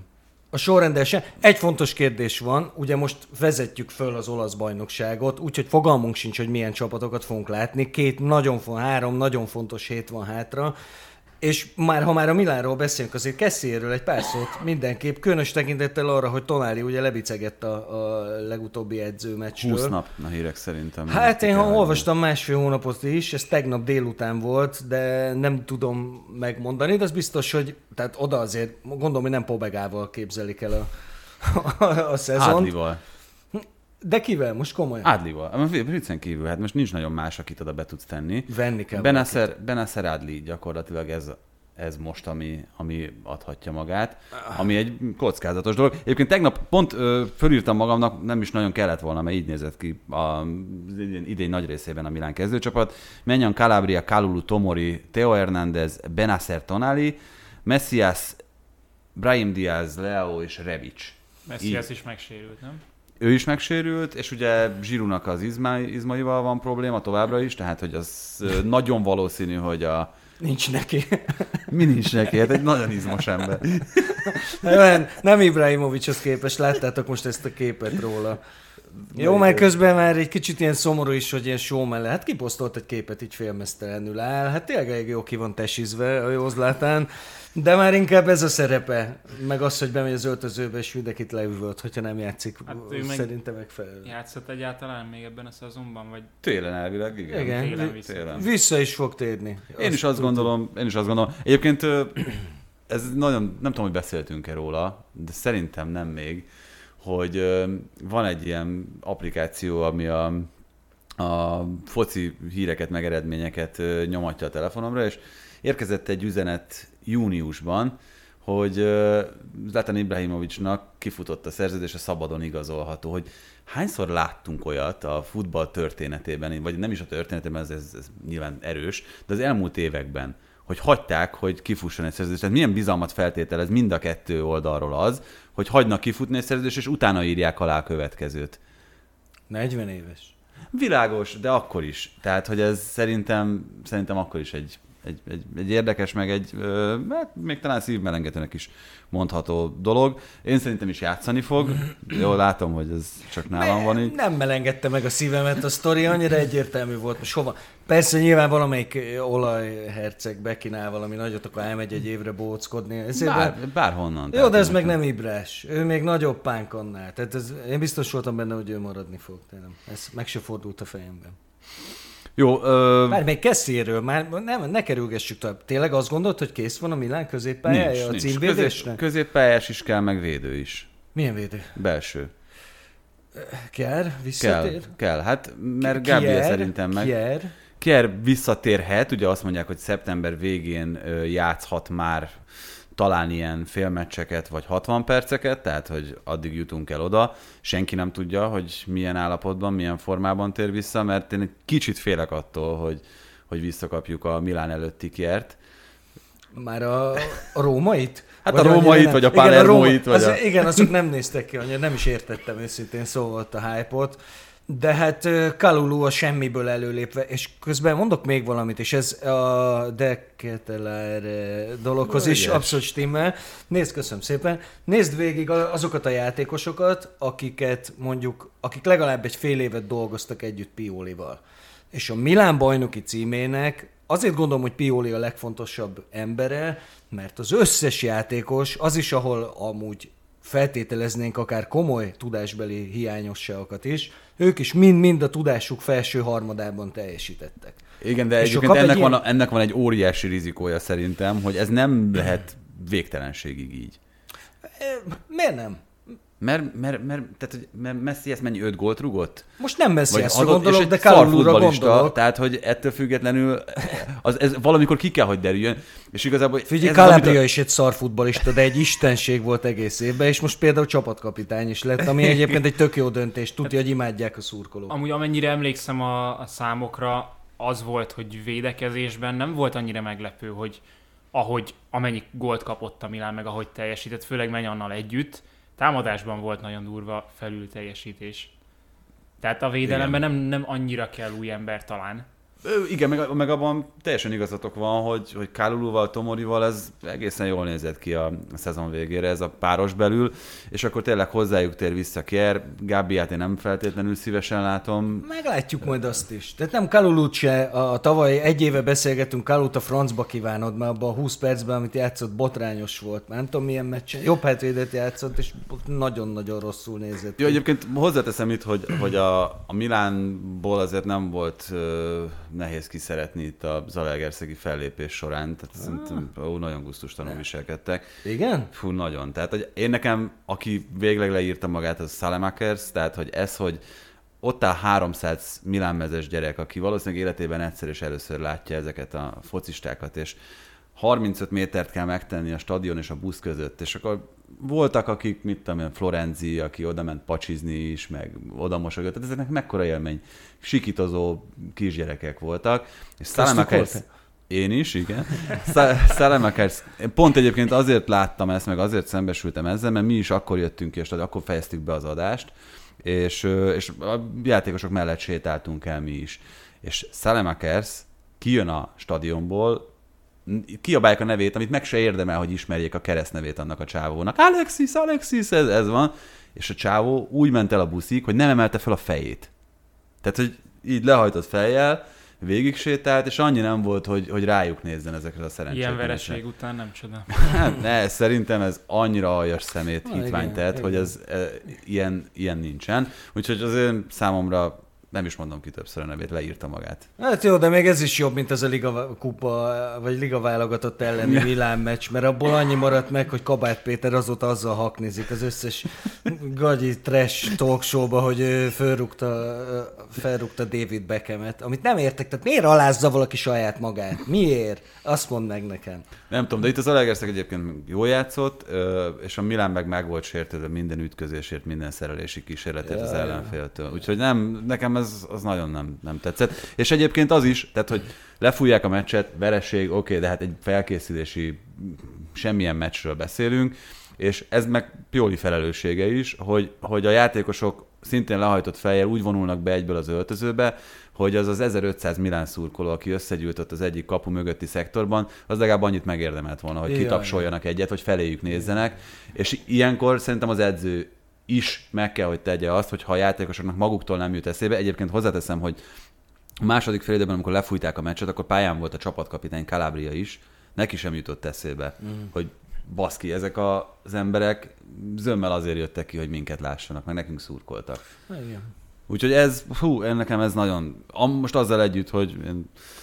A sorrendelsen. Egy fontos kérdés van, ugye most vezetjük föl az olasz bajnokságot, úgyhogy fogalmunk sincs, hogy milyen csapatokat fogunk látni. Két nagyon fontos, három nagyon fontos hét van hátra, és már ha már a Milánról beszélünk, azért Kessiéről egy pár szót mindenképp, különös tekintettel arra, hogy Tonali ugye lebicegett a, a legutóbbi edzőmeccsről. húsz nap a hírek szerintem. Hát én ha olvastam másfél hónapot is, ez tegnap délután volt, de nem tudom megmondani, de az biztos, hogy tehát oda azért, gondolom, hogy nem Pobegával képzelik el a, a, a szezont. Ádlival. De kivel? Most komolyan? Ádlival. Viccen kívül, hát most nincs nagyon más, akit oda be tudsz tenni. Venni kell. Benasser, Benasser Ádli gyakorlatilag ez, ez most, ami, ami adhatja magát, ami egy kockázatos dolog. Egyébként tegnap pont ö, fölírtam magamnak, nem is nagyon kellett volna, mert így nézett ki az idén, idén nagy részében a Milán kezdőcsapat. Menjan, Calabria, Kalulu, Tomori, Theo Hernández, Benasser, Tonali, Messias, Brahim Diaz, Leao és Rebic. Messias is megsérült, nem? Ő is megsérült, és ugye Zsirunak az izmai, izmaival van probléma továbbra is, tehát hogy az nagyon valószínű, hogy a... Nincs neki. Mi nincs neki? Hát egy nagyon izmos ember. Nem, nem Ibrahimovicshoz képest, láttátok most ezt a képet róla. Jó, mert közben már egy kicsit ilyen szomorú is, hogy ilyen show mellett. Hát kiposztolt egy képet, így félmeztelenül áll. Hát tényleg elég jó ki van tesizve a józlátán. De már inkább ez a szerepe, meg az, hogy bemegy az öltözőbe, és mindenkit leüvölt, hogyha nem játszik, hát szerintem megfelelő. Játszott egyáltalán még ebben a szezonban, vagy? Télen elvileg, igen. igen. Télen vissza. Télen. Vissza is fog térni. Én azt is azt gondolom, én is azt gondolom. Egyébként ez nagyon, nem tudom, hogy beszéltünk-e róla, de szerintem nem még, hogy van egy ilyen applikáció, ami a, a foci híreket, meg eredményeket nyomatja a telefonomra, és érkezett egy üzenet júniusban, hogy Zlatan Ibrahimovicsnak kifutott a szerződés, a szabadon igazolható, hogy hányszor láttunk olyat a futball történetében, vagy nem is a történetében, ez, ez, ez nyilván erős, de az elmúlt években, hogy hagyták, hogy kifusson egy szerződés. Tehát milyen bizalmat feltételez mind a kettő oldalról az, hogy hagynak kifutni egy szerződést, és utána írják alá a következőt. negyven éves. Világos, de akkor is. Tehát, hogy ez szerintem, szerintem akkor is egy Egy, egy, egy érdekes, meg egy, ö, hát még talán szívmelengetőnek is mondható dolog. Én szerintem is játszani fog. Jól látom, hogy ez csak nálam van így. Nem melengedte meg a szívemet a sztori, annyira egyértelmű volt. Most hova? Persze nyilván valamelyik olajherceg bekínál valami nagyot, akkor elmegy egy évre bóckodni. Bár, bárhonnan. Jó, de ez meg nem Ibrás. Ő még nagyobb pánk annál. Tehát ez, én biztos voltam benne, hogy ő maradni fog. Nem. Ez meg se fordult a fejemben. Jó, ö... Már még Kessiéről, már nem, ne kerülgessük tovább. Tényleg azt gondolt, hogy kész van a Milán középpályája a címvédésre? Közép, középpályás is kell, meg védő is. Milyen védő? Belső. Kjær visszatér? Kell, kell. Hát, mert Gabriel szerintem meg... Kjær? Kjær visszatérhet, ugye azt mondják, hogy szeptember végén játszhat már talán ilyen félmeccseket, vagy hatvan perceket, tehát, hogy addig jutunk el oda. Senki nem tudja, hogy milyen állapotban, milyen formában tér vissza, mert én egy kicsit félek attól, hogy, hogy visszakapjuk a Milán előtti Kjært. Már a, a rómait? Hát vagy a rómait, vagy a palermoit. Vagy a... Igen, azok nem néztek ki, annyira nem is értettem őszintén, szóval a hype-ot. De hát Kalulu a semmiből előlépve, és közben mondok még valamit, és ez a De Ketelaere dologhoz is abszolút stimmel. Nézd, köszönöm szépen. Nézd végig azokat a játékosokat, akiket mondjuk, akik legalább egy fél évet dolgoztak együtt Piolival. És a Milán bajnoki címének azért gondolom, hogy Pioli a legfontosabb embere, mert az összes játékos, az is, ahol amúgy feltételeznénk akár komoly tudásbeli hiányosságokat is, ők is mind-mind a tudásuk felső harmadában teljesítettek. Igen, de és egyébként ennek, ilyen... van, ennek van egy óriási rizikója szerintem, hogy ez nem lehet végtelenségig így. Miért nem? Mert, mert, mert, tehát, mert Messi ezt mennyi öt gólt rugott? Most nem Messi ezt gondolok, de Kalulura gondolok. Tehát, hogy ettől függetlenül az, ez valamikor ki kell, hogy derüljön. És igazából... Figyelj, Calabria a... is egy szarfutballista, de egy istenség volt egész évben, és most például csapatkapitány is lett, ami egyébként egy tök jó döntés. Tudja, hogy imádják a szurkolók. Amúgy amennyire emlékszem a, a számokra, az volt, hogy védekezésben nem volt annyira meglepő, hogy ahogy amennyi gólt kapott a Milán, meg ahogy teljesített, főleg Menyannal együtt, támadásban volt nagyon durva felül teljesítés. Tehát a védelemben nem, nem annyira kell új ember talán. Igen, meg, meg abban teljesen igazatok van, hogy, hogy Kaluluval, Tomorival ez egészen jól nézett ki a, a szezon végére, ez a páros belül, és akkor tényleg hozzájuk tér vissza Kjær, Gábiát én nem feltétlenül szívesen látom. Meglátjuk majd azt is. Tehát nem Kalulut se, a, a tavaly egy éve beszélgettünk, Kalulut a francba kívánod, mert abban a húsz percben, amit játszott, botrányos volt. Már nem tudom milyen meccsen, jobb hátvédet játszott, és nagyon-nagyon rosszul nézett. Jó, egyébként hozzáteszem itt, hogy, hogy a, a Milánból azért nem volt uh, nehéz kiszeretni itt a zalaegerszegi fellépés során, tehát ah. szerintem ó, nagyon gusztustalanul viselkedtek. Igen? Fú, nagyon. Tehát hogy én nekem, aki végleg leírta magát, az Salemakers, tehát hogy ez, hogy ott áll háromszáz milánmezes gyerek, aki valószínűleg életében egyszer és először látja ezeket a focistákat, és harmincöt métert kell megtenni a stadion és a busz között, és akkor voltak, akik, mit tudom én, Florenzi, aki oda ment pacsizni is, meg oda mosolyogott, tehát ezeknek mekkora élmény. Sikítozó kisgyerekek voltak, és Salemakers... Én is, igen. Salemakers, pont egyébként azért láttam ezt, meg azért szembesültem ezzel, mert mi is akkor jöttünk ki, és akkor fejeztük be az adást, és, és a játékosok mellett sétáltunk el mi is. És Salemakers kijön a stadionból, kiabálják a nevét, amit meg se érdemel, hogy ismerjék a keresztnevét annak a csávónak. Alexis, Alexis, ez, ez van. És a csávó úgy ment el a buszig, hogy nem emelte fel a fejét. Tehát, hogy így lehajtott fejjel, végig sétált, és annyi nem volt, hogy, hogy rájuk nézzen ezekre a szerencsétlenesre. Ilyen vereség után nem csoda. Hát ne, szerintem ez annyira aljas szemét Na, hitvány tett, igen, hogy igen. ez e, ilyen, ilyen nincsen. Úgyhogy azért számomra nem is mondom ki többször a nevét, leírta magát. Hát jó, de még ez is jobb, mint ez a Liga kupa, vagy Liga válogatott elleni Milán meccs, mert abból annyi maradt meg, hogy Kabát Péter azóta azzal haknizik az összes gagyi trash talkshowba, hogy ő felrúgta, felrúgta David Beckhamet, amit nem értek, tehát miért alázza valaki saját magát? Miért? Azt mondd meg nekem. Nem tudom, de itt az Zalaegerszeg egyébként jól játszott, és a Milán meg meg volt sértődve minden ütközésért, minden szerelési kísérletért az ellenféltől. Úgyhogy nem, nekem ez az nagyon nem, nem tetszett. És egyébként az is, tehát hogy lefújják a meccset, vereség, oké, okay, de hát egy felkészülési semmilyen meccsről beszélünk, és ez meg Pioli felelőssége is, hogy, hogy a játékosok szintén lehajtott fejjel úgy vonulnak be egyből az öltözőbe, hogy az az ezerötszáz Milán szurkoló, aki összegyűlt ott az egyik kapu mögötti szektorban, az legalább annyit megérdemelt volna, hogy kitapsoljanak egyet, vagy feléjük nézzenek, és ilyenkor szerintem az edző is meg kell, hogy tegye azt, hogy ha a játékosoknak maguktól nem jut eszébe. Egyébként hozzáteszem, hogy a második fél időben, amikor lefújták a meccset, akkor pályán volt a csapatkapitány Calabria is, neki sem jutott eszébe, mm. hogy baszki, ezek a, az emberek zömmel azért jöttek ki, hogy minket lássanak, meg nekünk szurkoltak. Igen. Úgyhogy ez, hú, nekem ez nagyon, most azzal együtt, hogy én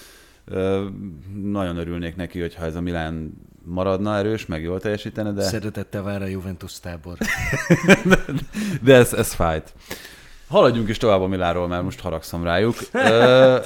ö, nagyon örülnék neki, hogyha ez a Milán maradna erős, meg jól teljesítene, de... Szeretettel vár a Juventus tábor. de de ez, ez fájt. Haladjunk is tovább a Milánról, mert most haragszom rájuk. Ö,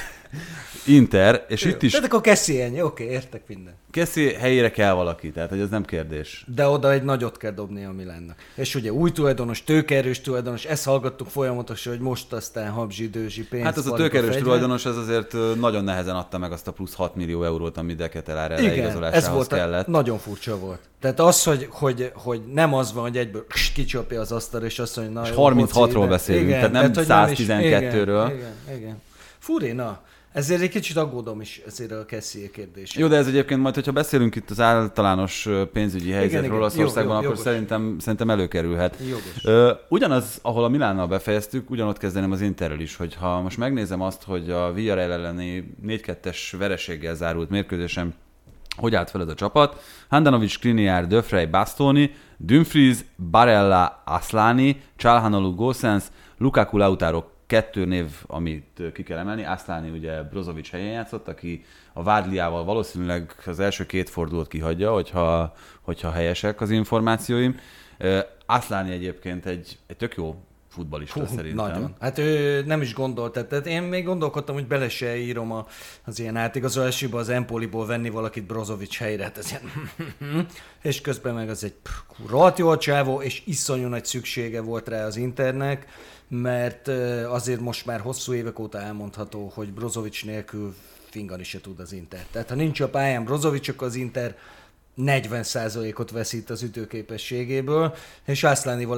Inter, és Jó, itt is... Tehát akkor Kessi ennyi, oké, okay, értek minden. Kessi helyére kell valaki, tehát hogy ez nem kérdés. De oda egy nagyot kell dobni a Milánnak. És ugye új tulajdonos, tőkeerős tulajdonos, ezt hallgattuk folyamatosan, hogy most aztán habzsi, dőzsi pénz. Hát az a tőkeerős tulajdonos, ez azért nagyon nehezen adta meg azt a plusz hat millió eurót, ami De Ketelaere leigazolásához ez volt kellett. A, nagyon furcsa volt. Tehát az, hogy, hogy, hogy nem az van, hogy egyből kicsapja az asztal, és azt mondja, na és jó, harminchatról hoci, beszélünk, igen, tehát nem tehát, száztizenkettőről. Igen, igen, igen. Furi, na. Ezért egy kicsit aggódom is ezért a Kessie kérdés. Jó, de ez egyébként majd, hogyha beszélünk itt az általános pénzügyi helyzetről Olaszországban, akkor jogos. szerintem, szerintem előkerülhet. Jogos. Ugyanaz, ahol a Milánnal befejeztük, ugyanott kezdeném az Interrel is, hogy ha most megnézem azt, hogy a Villarreal elleni négy kettes vereséggel zárult mérkőzésen hogy állt fel ez a csapat. Handanovic, Skriniar, De Vrij, Bastoni, Dumfries, Barella, Asllani, Çalhanoğlu, Gosens, Lukaku, Lautaro, kettő név, amit ki kell emelni. Asllani ugye Brozovic helyén játszott, aki a Vádliával valószínűleg az első két fordulót kihagyja, hogyha, hogyha helyesek az információim. Asllani egyébként egy, egy tök jó futballista szerintem. Nagyon. Hát ő nem is gondolt. Tehát én még gondolkodtam, hogy bele se írom a, az ilyen átigazolásiba az Empoliból venni valakit Brozovic helyre. Hát ez ilyen és közben meg az egy rohadt jó a csávó, és iszonyú nagy szüksége volt rá az Internek, mert azért most már hosszú évek óta elmondható, hogy Brozovic nélkül fingani se tud az Inter. Tehát ha nincs a pályán Brozovic, akkor az Inter negyven százalékot veszít az ütőképességéből, és Asllanival ezt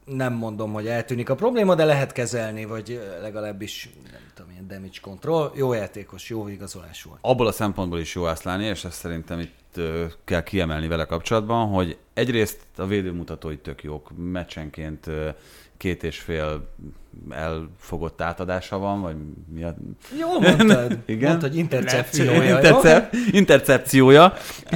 nem mondom, hogy eltűnik a probléma, de lehet kezelni, vagy legalábbis nem tudom, ilyen damage control. Jó játékos, jó igazolás volt. Abból a szempontból is jó Aszláni, és ezt szerintem itt kell kiemelni vele kapcsolatban, hogy egyrészt a védőmutatói tök jók, meccsenként két és fél elfogott átadása van, vagy mi a... Jó mondtad. Igen? Mondtad, hogy intercepciója. Intercep- intercepciója.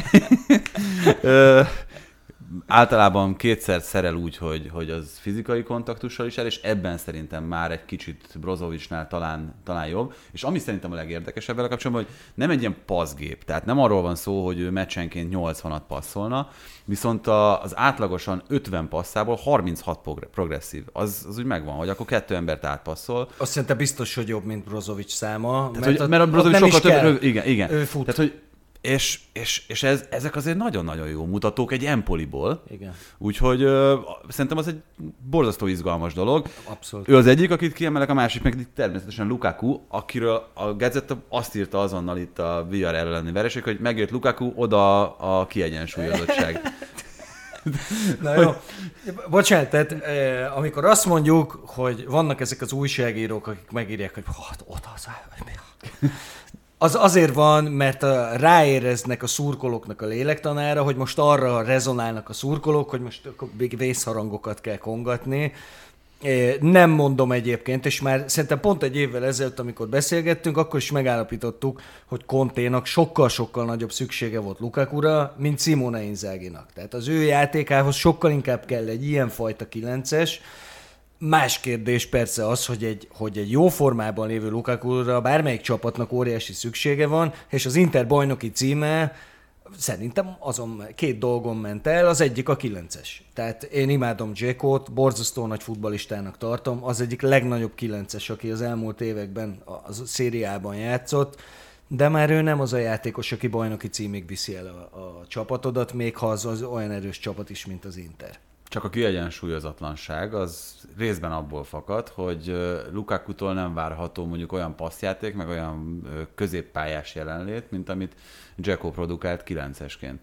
Ö, általában kétszer szerel úgy, hogy, hogy az fizikai kontaktussal is el, és ebben szerintem már egy kicsit Brozovicsnál talán, talán jobb. És ami szerintem a legérdekesebb vele kapcsolatban, hogy nem egy ilyen passzgép, tehát nem arról van szó, hogy ő meccsenként nyolcvanat passzolna, viszont a, az átlagosan ötven passzából harminchat progresszív. Az, az úgy megvan, hogy akkor kettő embert átpasszol. Azt szerintem biztos, hogy jobb, mint Brozovics száma. Tehát, mert, hogy, mert a Brozovics sokkal több... Igen, igen. Ő fut. Tehát, hogy És, és, és ez, ezek azért nagyon-nagyon jó mutatók egy Empoliból. Igen. Úgyhogy ö, szerintem az egy borzasztó izgalmas dolog. Abszolút. Ő az egyik, akit kiemelek, a másik meg természetesen Lukaku, akiről a Gazetta azt írta azonnal itt a vé er elleni vereség, hogy megjött Lukaku, oda a kiegyensúlyozottság. Na jó. Bocsánat, tehát eh, amikor azt mondjuk, hogy vannak ezek az újságírók, akik megírják, hogy hát oda az Az azért van, mert a, ráéreznek a szurkolóknak a lélektanára, hogy most arra rezonálnak a szurkolók, hogy most még vészharangokat kell kongatni. Nem mondom egyébként, és már szerintem pont egy évvel ezelőtt, amikor beszélgettünk, akkor is megállapítottuk, hogy Conténak sokkal-sokkal nagyobb szüksége volt Lukakura, mint Simone Inzaghinak. Tehát az ő játékához sokkal inkább kell egy ilyenfajta kilences. Más kérdés persze az, hogy egy, hogy egy jó formában lévő Lukakura bármelyik csapatnak óriási szüksége van, és az Inter bajnoki címe szerintem azon két dolgon ment el, az egyik a kilences. Tehát én imádom Dzsekót, borzasztó nagy futballistának tartom, az egyik legnagyobb kilences, aki az elmúlt években a szériában játszott, de már ő nem az a játékos, aki bajnoki címig viszi el a, a csapatodat, még ha az, az olyan erős csapat is, mint az Inter. Csak a kiegyensúlyozatlanság az részben abból fakad, hogy Lukakutól nem várható mondjuk olyan passzjáték, meg olyan középpályás jelenlét, mint amit Dzeko produkált kilencesként.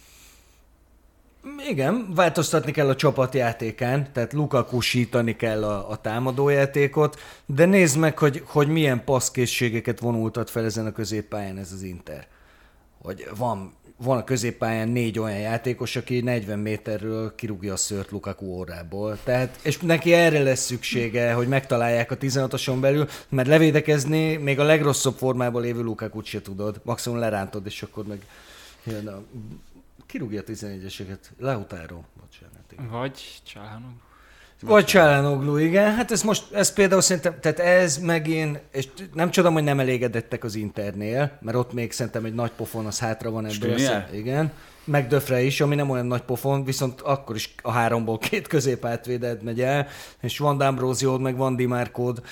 Igen, változtatni kell a csapatjátékán, tehát Lukakusítani kell a, a támadójátékot, de nézd meg, hogy, hogy milyen passzkészségeket vonultat fel ezen a középpályán ez az Inter. Hogy van... Van a középpályán négy olyan játékos, aki negyven méterről kirúgja a szőrt Lukaku órából. Tehát, és neki erre lesz szüksége, hogy megtalálják a tizenhatoson belül, mert levédekezni még a legrosszabb formában lévő Lukakut se tudod. Maximum lerántod, és akkor meg jön a... kirúgja a tizenegyeseket. Lautaro. Bocsánat. Vagy Csalhanoglu. Vagy Csalhanoglu, igen. Hát ez most, ez például szerintem, tehát ez megint, és nem csodom, hogy nem elégedettek az Internél, mert ott még szerintem egy nagy pofon az hátra van ebből. Szem, igen. Meg Döfre is, ami nem olyan nagy pofon, viszont akkor is a háromból két középátvéded megy el, és van D'Ambroziód, meg van Di Marcód,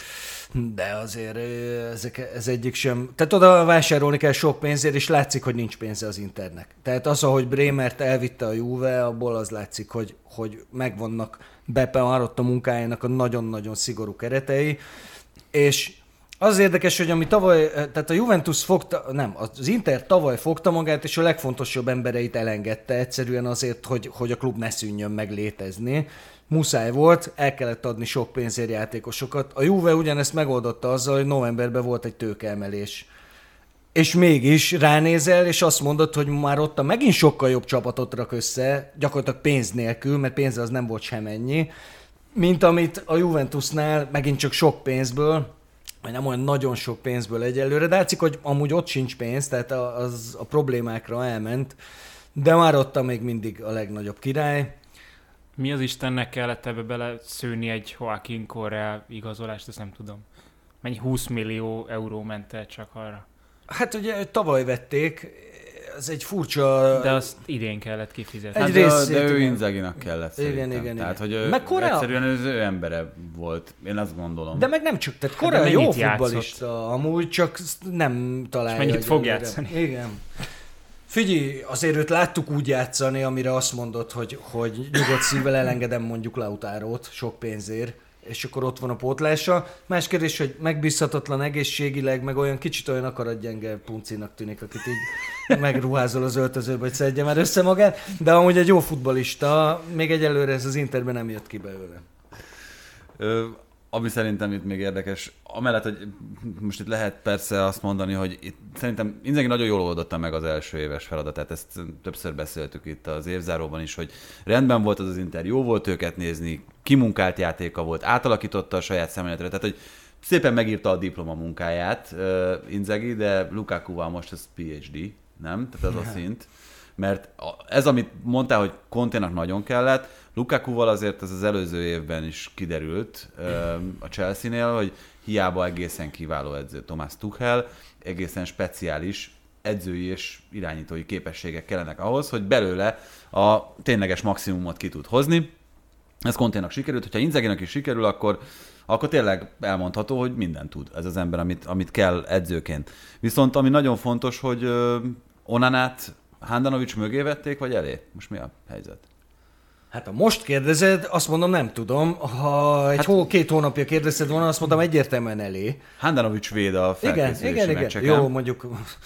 de azért ezek, ez egyik sem. Tehát oda vásárolni kell sok pénzért, és látszik, hogy nincs pénze az Internek. Tehát az, ahogy Brémert elvitte a Juve, abból az látszik, hogy, hogy megvannak Beppe Marotta munkájának a nagyon-nagyon szigorú keretei, és az érdekes, hogy ami tavaly, tehát a Juventus fogta, nem, az Inter tavaly fogta magát, és a legfontosabb embereit elengedte egyszerűen azért, hogy, hogy a klub ne szűnjön meg létezni. Muszáj volt, el kellett adni sok pénzért játékosokat. A Juve ugyanezt megoldotta azzal, hogy novemberben volt egy tőkeemelés. És mégis ránézel, és azt mondod, hogy már ott a megint sokkal jobb csapatot rak össze, gyakorlatilag pénz nélkül, mert pénz az nem volt semennyi, mint amit a Juventusnál megint csak sok pénzből, vagy nem olyan nagyon sok pénzből egyelőre, de látszik, hogy amúgy ott sincs pénz, tehát az a problémákra elment, de már ott még mindig a legnagyobb király. Mi az Istennek kellett ebbe beleszőni egy Joaquin Correa igazolást, ezt nem tudom. Mennyi húsz millió euró ment el csak arra? Hát ugye tavaly vették, ez egy furcsa... De azt idén kellett kifizetni. Hát de, de ő Inzaghinak kellett igen, szerintem. igen, Tehát, igen. hogy meg Correa... egyszerűen az ő embere volt, én azt gondolom. De meg nem csak, tehát Correa hát jó futballista, amúgy csak nem találja. És mennyit fog játszani. Igen. Figyelj, azért őt láttuk úgy játszani, amire azt mondod, hogy, hogy nyugodt szívvel elengedem mondjuk Lautarót sok pénzért, és akkor ott van a pótlása. Más kérdés, hogy megbízhatatlan egészségileg, meg olyan kicsit olyan akaratgyenge puncinak tűnik, akit így megruházol az öltözőbe, hogy szedje már össze magát, de amúgy egy jó futballista, még egyelőre ez az Interben nem jött ki belőle. Ö, ami szerintem itt még érdekes, amellett, hogy most itt lehet persze azt mondani, hogy itt szerintem Inzaghi nagyon jól oldotta meg az első éves feladatát, ezt többször beszéltük itt az évzáróban is, hogy rendben volt az az Inter, jó volt őket nézni, kimunkált játéka volt, átalakította a saját szemléletre, tehát hogy szépen megírta a diplomamunkáját uh, Inzaghi, de Lukakuval most ez pé há dé, nem? Tehát az a szint. Mert ez, amit mondtál, hogy Conténak nagyon kellett, Lukakuval azért ez az előző évben is kiderült uh, a Chelsea-nél, hogy hiába egészen kiváló edző Thomas Tuchel, egészen speciális edzői és irányítói képességek kellenek ahhoz, hogy belőle a tényleges maximumot ki tud hozni. Ez Conténak sikerült, hogyha Inzaghinak is sikerül, akkor akkor tényleg elmondható, hogy mindent tud ez az ember, amit, amit kell edzőként. Viszont ami nagyon fontos, hogy uh, Onanát Handanovic mögé vették, vagy elé? Most mi a helyzet? Hát ha most kérdezed, azt mondom, nem tudom. Ha egy hát, hó, két hónapja kérdezted volna, azt mondom, egyértelműen elé. Handanovic véd a felkészülési igen, igen, meccseken. igen. Jó, mondjuk...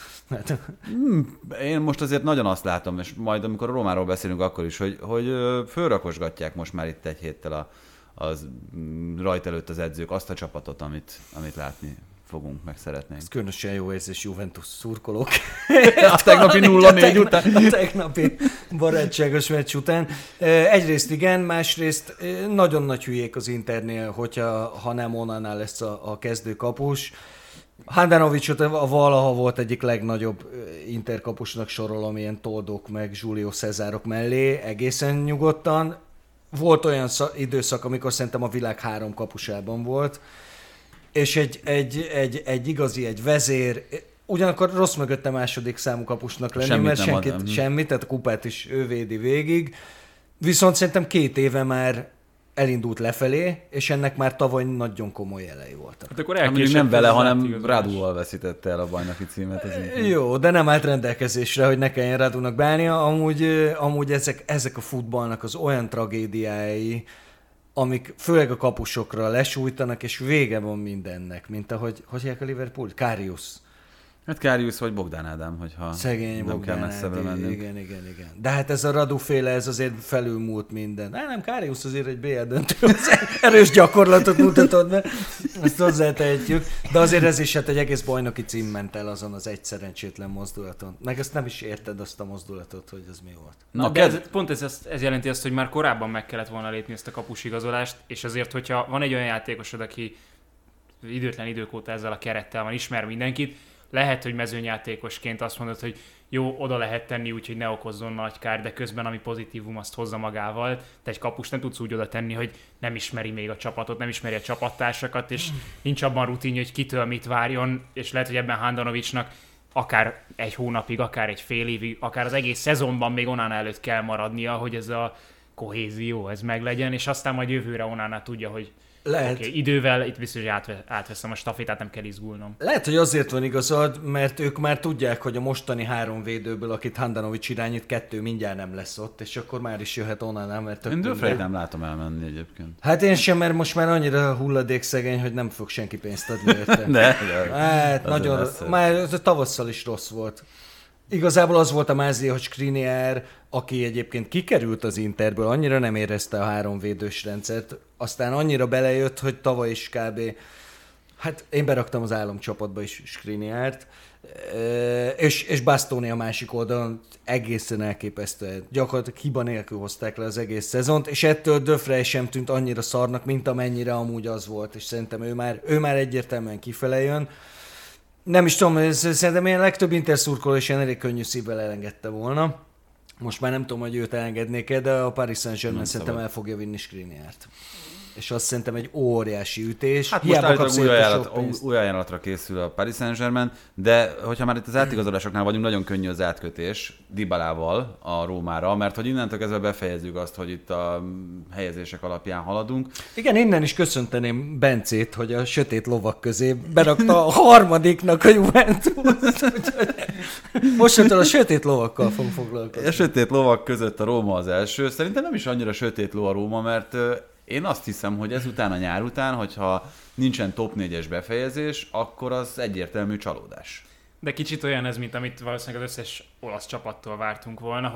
Hmm, én most azért nagyon azt látom, és majd amikor a Rómáról beszélünk, akkor is, hogy, hogy fölrakosgatják most már itt egy héttel a az rajt előtt az edzők azt a csapatot, amit, amit látni fogunk, meg szeretnénk. Ez különösen jó érzés Juventus szurkolók. A tegnapi nulla négy után. A tegnapi barátságos meccs után. Egyrészt igen, másrészt nagyon nagy hülyék az Internél, hogyha ha nem Onanál lesz a, a kezdőkapus. Handanovicsot a valaha volt egyik legnagyobb interkapusnak sorolom, ilyen Toldok meg Julio Cesárok mellé, egészen nyugodtan. Volt olyan időszak, amikor szerintem a világ három kapusában volt, és egy, egy, egy, egy igazi, egy vezér, ugyanakkor rossz mögötte második számú kapusnak lenni, semmit mert senkit, ad, semmit, tehát a kupát is ő védi végig, viszont szerintem két éve már elindult lefelé, és ennek már tavaly nagyon komoly jelei voltak. Hát akkor hát nem vele, hanem Rádúval veszítette el a bajnoki címet. Az Jó, de nem állt rendelkezésre, hogy ne kelljen Rádúnak bánnia. Amúgy, amúgy ezek, ezek a futballnak az olyan tragédiái, amik főleg a kapusokra lesújtanak, és vége van mindennek, mint ahogy, hogy hívják a Liverpool? Karius. Hát Karius vagy Bogdán Ádám, hogyha szegény nem Bogdán kell messzebbre menni. Igen, igen, igen. De hát ez a Radu féle, ez azért felülmúlt minden. Á, nem, Karius azért egy bé el döntő, erős gyakorlatot mutatod be, ezt hozzátehetjük. De azért ez is hát egy egész bajnoki cím ment el azon az egy szerencsétlen mozdulaton. Meg ezt nem is érted azt a mozdulatot, hogy ez mi volt. Na, de ez, pont ez, ez jelenti azt, hogy már korábban meg kellett volna lépni ezt a kapusigazolást, és azért, hogyha van egy olyan játékosod, aki időtlen idők óta ezzel a kerettel van, ismer mindenkit, lehet, hogy mezőnyjátékosként azt mondod, hogy jó, oda lehet tenni úgy, hogy ne okozzon nagy kár, de közben ami pozitívum azt hozza magával. Te egy kapust nem tudsz úgy oda tenni, hogy nem ismeri még a csapatot, nem ismeri a csapattársakat, és nincs abban rutinja, hogy kitől mit várjon, és lehet, hogy ebben Handanovicsnak akár egy hónapig, akár egy fél évig, akár az egész szezonban még Onana előtt kell maradnia, hogy ez a kohézió, ez meglegyen, és aztán majd jövőre Onana tudja, hogy lehet. Okay, idővel itt biztos, hogy átve, átveszem a stafétát, nem kell izgulnom. Lehet, hogy azért van igazad, mert ők már tudják, hogy a mostani három védőből, akit Handanovics irányít, kettő mindjárt nem lesz ott, és akkor már is jöhet onnan, mert én Döfreit nem látom elmenni egyébként. Hát én sem, mert most már annyira hulladékszegény, hogy nem fog senki pénzt adni érte. de, de, hát nagyon rossz. Már tavasszal is rossz volt. Igazából az volt a mázlia, hogy Skriniar, aki egyébként kikerült az Interből, annyira nem érezte a háromvédős rendszert, aztán annyira belejött, hogy tavaly is kb. Hát én beraktam az álomcsapatba is Skriniart, és, és Bastoni a másik oldalon egészen elképesztő. Gyakorlatilag hiba nélkül hozták le az egész szezont, és ettől De Vrij sem tűnt annyira szarnak, mint amennyire amúgy az volt, és szerintem ő már, ő már egyértelműen kifele jön. Nem is tudom, szerintem én legtöbb Inter szurkoló is ilyen elég könnyű szívvel elengedte volna. Most már nem tudom, hogy őt elengednék-e, de a Paris Saint-Germain szerintem el fogja vinni Skriniart. És azt szerintem egy óriási ütés. Hát most állítólag új, ajánlat, új ajánlatra készül a Paris Saint-Germain, de hogyha már itt az átigazolásoknál vagyunk, nagyon könnyű az átkötés Dybalával a Rómára, mert hogy innentől kezdve befejezzük azt, hogy itt a helyezések alapján haladunk. Igen, innen is köszönteném Bencét, hogy a sötét lovak közé berakta a harmadiknak a Juventus. Mostantól a sötét lovakkal fog foglalkozni. A sötét lovak között a Róma az első. Szerintem nem is annyira sötét ló a Róma, mert én azt hiszem, hogy ezután a nyár után, hogyha nincsen top négyes befejezés, akkor az egyértelmű csalódás. De kicsit olyan ez, mint amit valószínűleg az összes olasz csapattól vártunk volna, hogy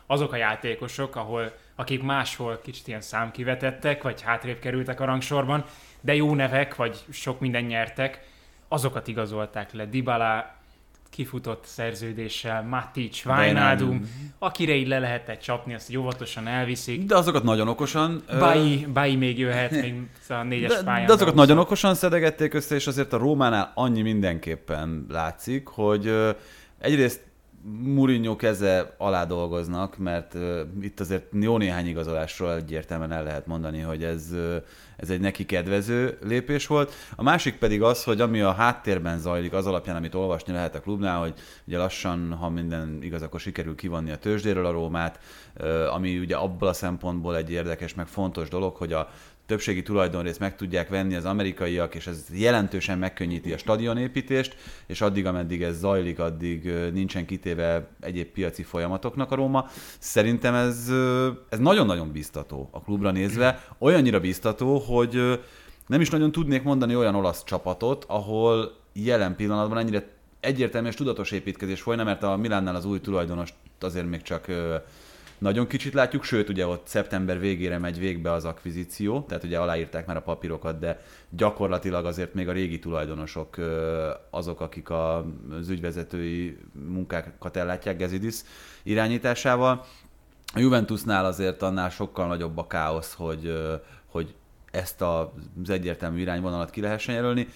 azok a játékosok, ahol, akik máshol kicsit ilyen számkivetettek, vagy hátrébb kerültek a rangsorban, de jó nevek, vagy sok minden nyertek, azokat igazolták le. Dybala kifutott szerződéssel, Matic, Wijnaldum, akire így le lehetett csapni, azt óvatosan elviszik. De azokat nagyon okosan... Bailly, Bailly még jöhet, még a négyes de, pályán. De azokat nagyon okosan szedegették össze, és azért a Rómánál annyi mindenképpen látszik, hogy egyrészt Mourinho keze alá dolgoznak, mert uh, itt azért jó néhány igazolásról egyértelműen el lehet mondani, hogy ez, uh, ez egy neki kedvező lépés volt. A másik pedig az, hogy ami a háttérben zajlik, az alapján, amit olvasni lehet a klubnál, hogy ugye lassan, ha minden igaz, akkor sikerül kivonni a tőzsdéről a Rómát, uh, ami ugye abból a szempontból egy érdekes, meg fontos dolog, hogy a többségi tulajdonrészt meg tudják venni az amerikaiak, és ez jelentősen megkönnyíti a stadionépítést, és addig, ameddig ez zajlik, addig nincsen kitéve egyéb piaci folyamatoknak a Róma. Szerintem ez, ez nagyon-nagyon biztató a klubra nézve, olyannyira biztató, hogy nem is nagyon tudnék mondani olyan olasz csapatot, ahol jelen pillanatban ennyire egyértelmű és tudatos építkezés folyna, mert a Milánnál az új tulajdonost azért még csak nagyon kicsit látjuk, sőt, ugye ott szeptember végére megy végbe az akvizíció, tehát ugye aláírták már a papírokat, de gyakorlatilag azért még a régi tulajdonosok azok, akik az ügyvezetői munkákat ellátják Gazidis irányításával. A Juventusnál azért annál sokkal nagyobb a káosz, hogy, hogy ezt az egyértelmű irányvonalat ki lehessen jelölni.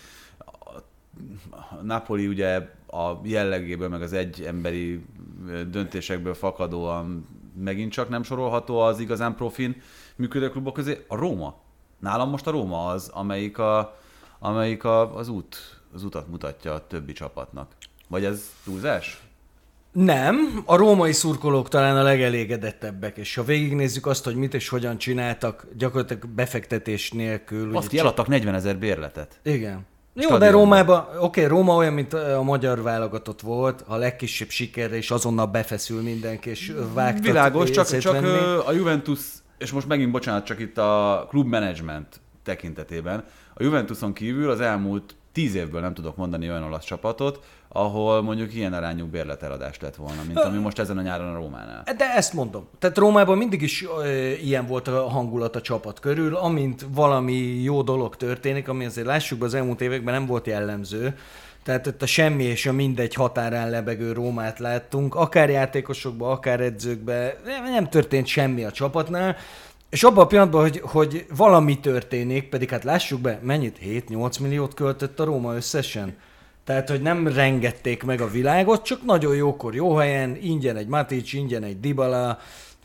A Napoli ugye a jellegéből, meg az egy emberi döntésekből fakadóan megint csak nem sorolható az igazán profin működő klubok közé. A Róma. Nálam most a Róma az, amelyik, a, amelyik a, az, út, az utat mutatja a többi csapatnak. Vagy ez túlzás? Nem, a római szurkolók talán a legelégedettebbek, és ha végignézzük azt, hogy mit és hogyan csináltak, gyakorlatilag befektetés nélkül. Azt eladtak negyvenezer bérletet. Igen. Jó, Stadionban. de Rómában, oké, okay, Róma olyan, mint a magyar válogatott volt, a legkisebb sikerre, és azonnal befeszül mindenki, és vágtat. Világos, csak, csak a Juventus, és most megint bocsánat, csak itt a klubmenedzsment tekintetében, a Juventuson kívül az elmúlt tíz évből nem tudok mondani olyan olasz csapatot, ahol mondjuk ilyen arányú bérleteladást lett volna, mint ami most ezen a nyáron a Rómánál. De ezt mondom. Tehát Rómában mindig is ö, ilyen volt a hangulat a csapat körül, amint valami jó dolog történik, ami azért lássuk be az elmúlt években nem volt jellemző. Tehát itt a semmi és a mindegy határán lebegő Rómát láttunk, akár játékosokban, akár edzőkben, nem történt semmi a csapatnál, és abban a pillanatban, hogy, hogy valami történik, pedig hát lássuk be, mennyit? hét-nyolc milliót költött a Róma összesen? Tehát, hogy nem rengették meg a világot, csak nagyon jókor, jó helyen, ingyen egy Matic, ingyen egy Dybala,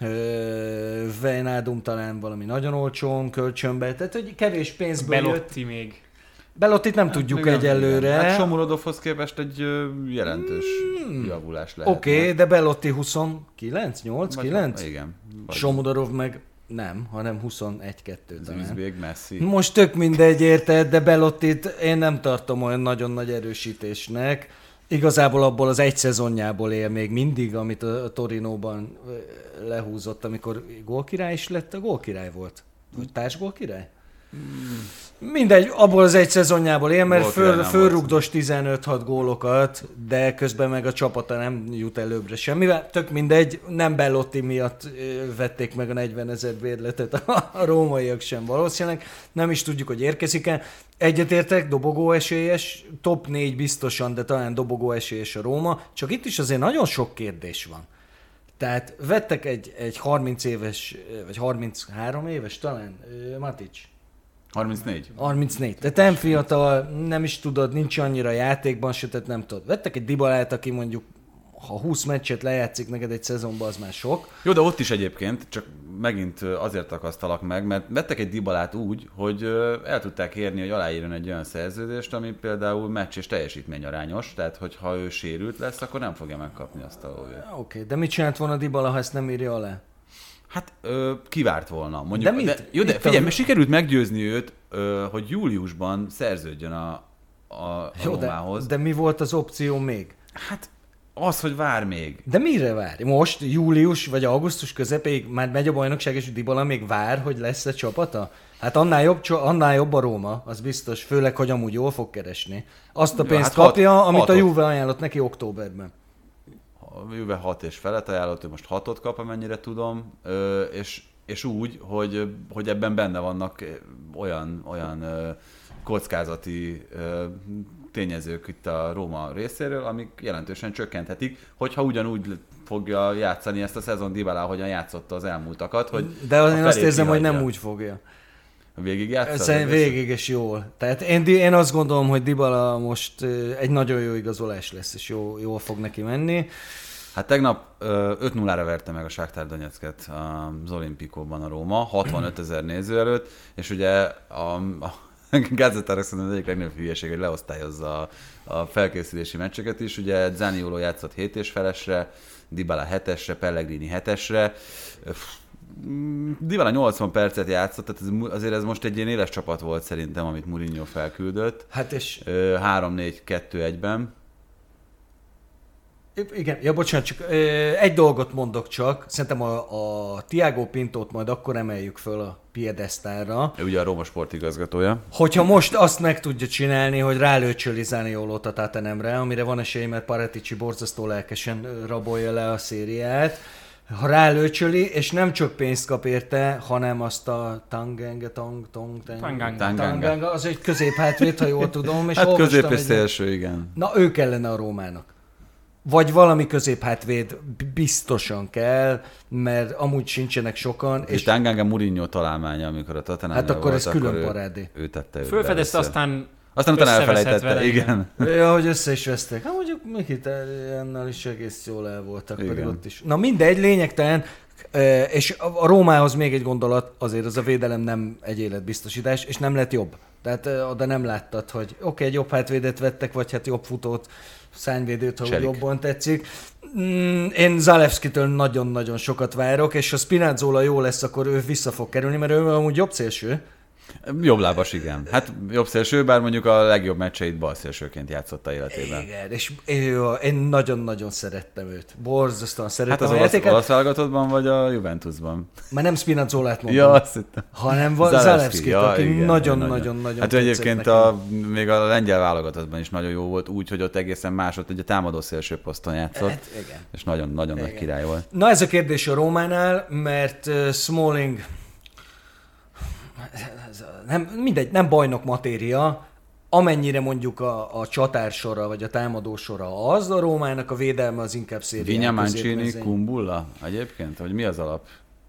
Wijnaldum talán valami nagyon olcsón kölcsönbe, tehát, hogy kevés pénzből Belotti jött. még. Belottit nem hát, tudjuk egyelőre. Hát Shomurodovhoz képest egy jelentős hmm. javulás lehet. Oké, okay, de Belotti huszonkilenc, nyolc, kilenc? Igen. Shomurodov meg nem, hanem huszonegy kettő talán. Ez még messzi. Most tök mindegy, érted, de Belottit én nem tartom olyan nagyon nagy erősítésnek. Igazából abból az egy szezonjából él még mindig, amit a Torinóban lehúzott, amikor gólkirály is lett, a gólkirály volt. Vagy társgólkirály? Hmm. Mindegy, abból az egy szezonjából él, mert föl, fölrugdos tizenöt-hat gólokat, de közben meg a csapata nem jut előbbre semmivel. Tök mindegy, nem Belotti miatt vették meg a negyvenezer bérletet a, a rómaiak sem valószínűleg. Nem is tudjuk, hogy érkezik-e. Egyetértek, dobogó esélyes, top négy biztosan, de talán dobogó esélyes a Róma. Csak itt is azért nagyon sok kérdés van. Tehát vettek egy, egy harminc éves, vagy harminchárom éves talán, Matic. harmincnégy. harmincnégy. Tehát nem fiatal, nem is tudod, nincs annyira játékban se, tehát nem tudod. Vettek egy Dybalát, aki mondjuk, ha húsz meccset lejátszik neked egy szezonban, az már sok. Jó, de ott is egyébként, csak megint azért akasztalak meg, mert vettek egy Dybalát úgy, hogy el tudták érni, hogy aláírjon egy olyan szerződést, ami például meccs és teljesítmény arányos, tehát hogyha ő sérült lesz, akkor nem fogja megkapni azt a lóvét. Oké, okay, de mit csinált volna Dybala, ha ezt nem írja alá? Hát ö, kivárt volna. Mondjuk, de mit? De, jó, de figyelj, mert sikerült meggyőzni őt, ö, hogy júliusban szerződjön a, a, a jó, Rómához. De, de mi volt az opció még? Hát az, hogy vár még. De mire vár? Most, július vagy augusztus közepéig már megy a bajnokság, és Dybala még vár, hogy lesz a csapata? Hát annál jobb, annál jobb a Róma, az biztos, főleg, hogy amúgy jól fog keresni. Azt a pénzt ja, hát kapja, hat, amit hatot. A Juve ajánlott neki októberben. a Juve hat és felett ajánlott, ő most hatot kap, amennyire tudom, és, és úgy, hogy, hogy ebben benne vannak olyan, olyan kockázati tényezők itt a Róma részéről, amik jelentősen csökkenthetik, hogyha ugyanúgy fogja játszani ezt a szezon Dybala, ahogyan játszotta az elmúltakat. Hogy de én azt érzem, hogy nem úgy fogja. Végig játszol? Végig és jól. Tehát én, én azt gondolom, hogy Dybala most egy nagyon jó igazolás lesz, és jó, jól fog neki menni. Hát tegnap öt nullára verte meg a Shakhtar Donetsket az Olimpikóban a Róma, hatvanöt ezer néző előtt, és ugye a, a Gazettának szerintem az egyik legnagyobb hülyeség, hogy leosztályozza a, a felkészülési meccseket is. Ugye Zaniolo játszott hét és felesre, Dybala hetesre, Pellegrini hetesre. Dybala nyolcvan percet játszott, tehát ez, azért ez most egy ilyen éles csapat volt szerintem, amit Mourinho felküldött. Hát és... három négy kettő egyben. Igen, ja bocsánat, csak ö, egy dolgot mondok csak. Szerintem a, a Thiago Pintót majd akkor emeljük föl a piedesztálra. Ő ugye a Róma sportigazgatója. Hogyha most azt meg tudja csinálni, hogy rálőcsöli Zaniolót a Tottenhamre, amire van esély, mert Paratici borzasztó lelkesen rabolja le a szériát. Ha rálőcsöli, és nem csak pénzt kap érte, hanem azt a Tanganga, Tang, Tong, Tang, Tanganga, az egy középhátvéd, ha jól tudom. És hát közép és szélső, igen. Na, ő kellene a Rómának. Vagy valami középhátvéd biztosan kell, mert amúgy sincsenek sokan. És Tanganga Mourinho találmánya, amikor a Tottenhamnál hát akkor volt, ez külön ő, parádé. Ő tette őt. Fölfedezte, aztán Aztán utána elfelejtette, igen. Ja, hogy össze is vesztek. Hát mondjuk Mkhitarjannal is egész jól el voltak, igen. Pedig ott is. Na mindegy, lényegtelen. És a Rómához még egy gondolat, azért az a védelem nem egy életbiztosítás, és nem lett jobb. Tehát oda nem láttad, hogy oké, okay, egy jobb hátvédet vettek, vagy hát jobb futót, szárnyvédőt, ha úgy jobban tetszik. Én Zalewskitől nagyon-nagyon sokat várok, és ha Spinazzola jó lesz, akkor ő vissza fog kerülni, mert ő amúgy jobb szélső. Jobb lábas, igen. Hát jobb szélső, bár mondjuk a legjobb meccseit bal szélsőként játszotta életében. Igen, és én nagyon-nagyon szerettem őt. Borzasztóan szerettem. Hát az olasz, olasz válogatottban vagy a Juventusban? Már nem Spinazzolát mondtam. Ja, azt hittem. Hanem Zalewskit, ja, aki nagyon-nagyon-nagyon Hát egyébként a, még a lengyel válogatottban is nagyon jó volt, úgy, hogy ott egészen másod, hogy a támadó szélső poszton játszott. Hát, igen. És nagyon-nagyon nagy király volt. Na ez a kérdés a Rómánál, mert uh, Smalling nem, mindegy, nem bajnok matéria, amennyire mondjuk a, a csatársora, vagy a támadósora az, a Rómának a védelme az inkább szérián. Vigna, Mancini, Kumbulla egyébként? Vagy mi az alap?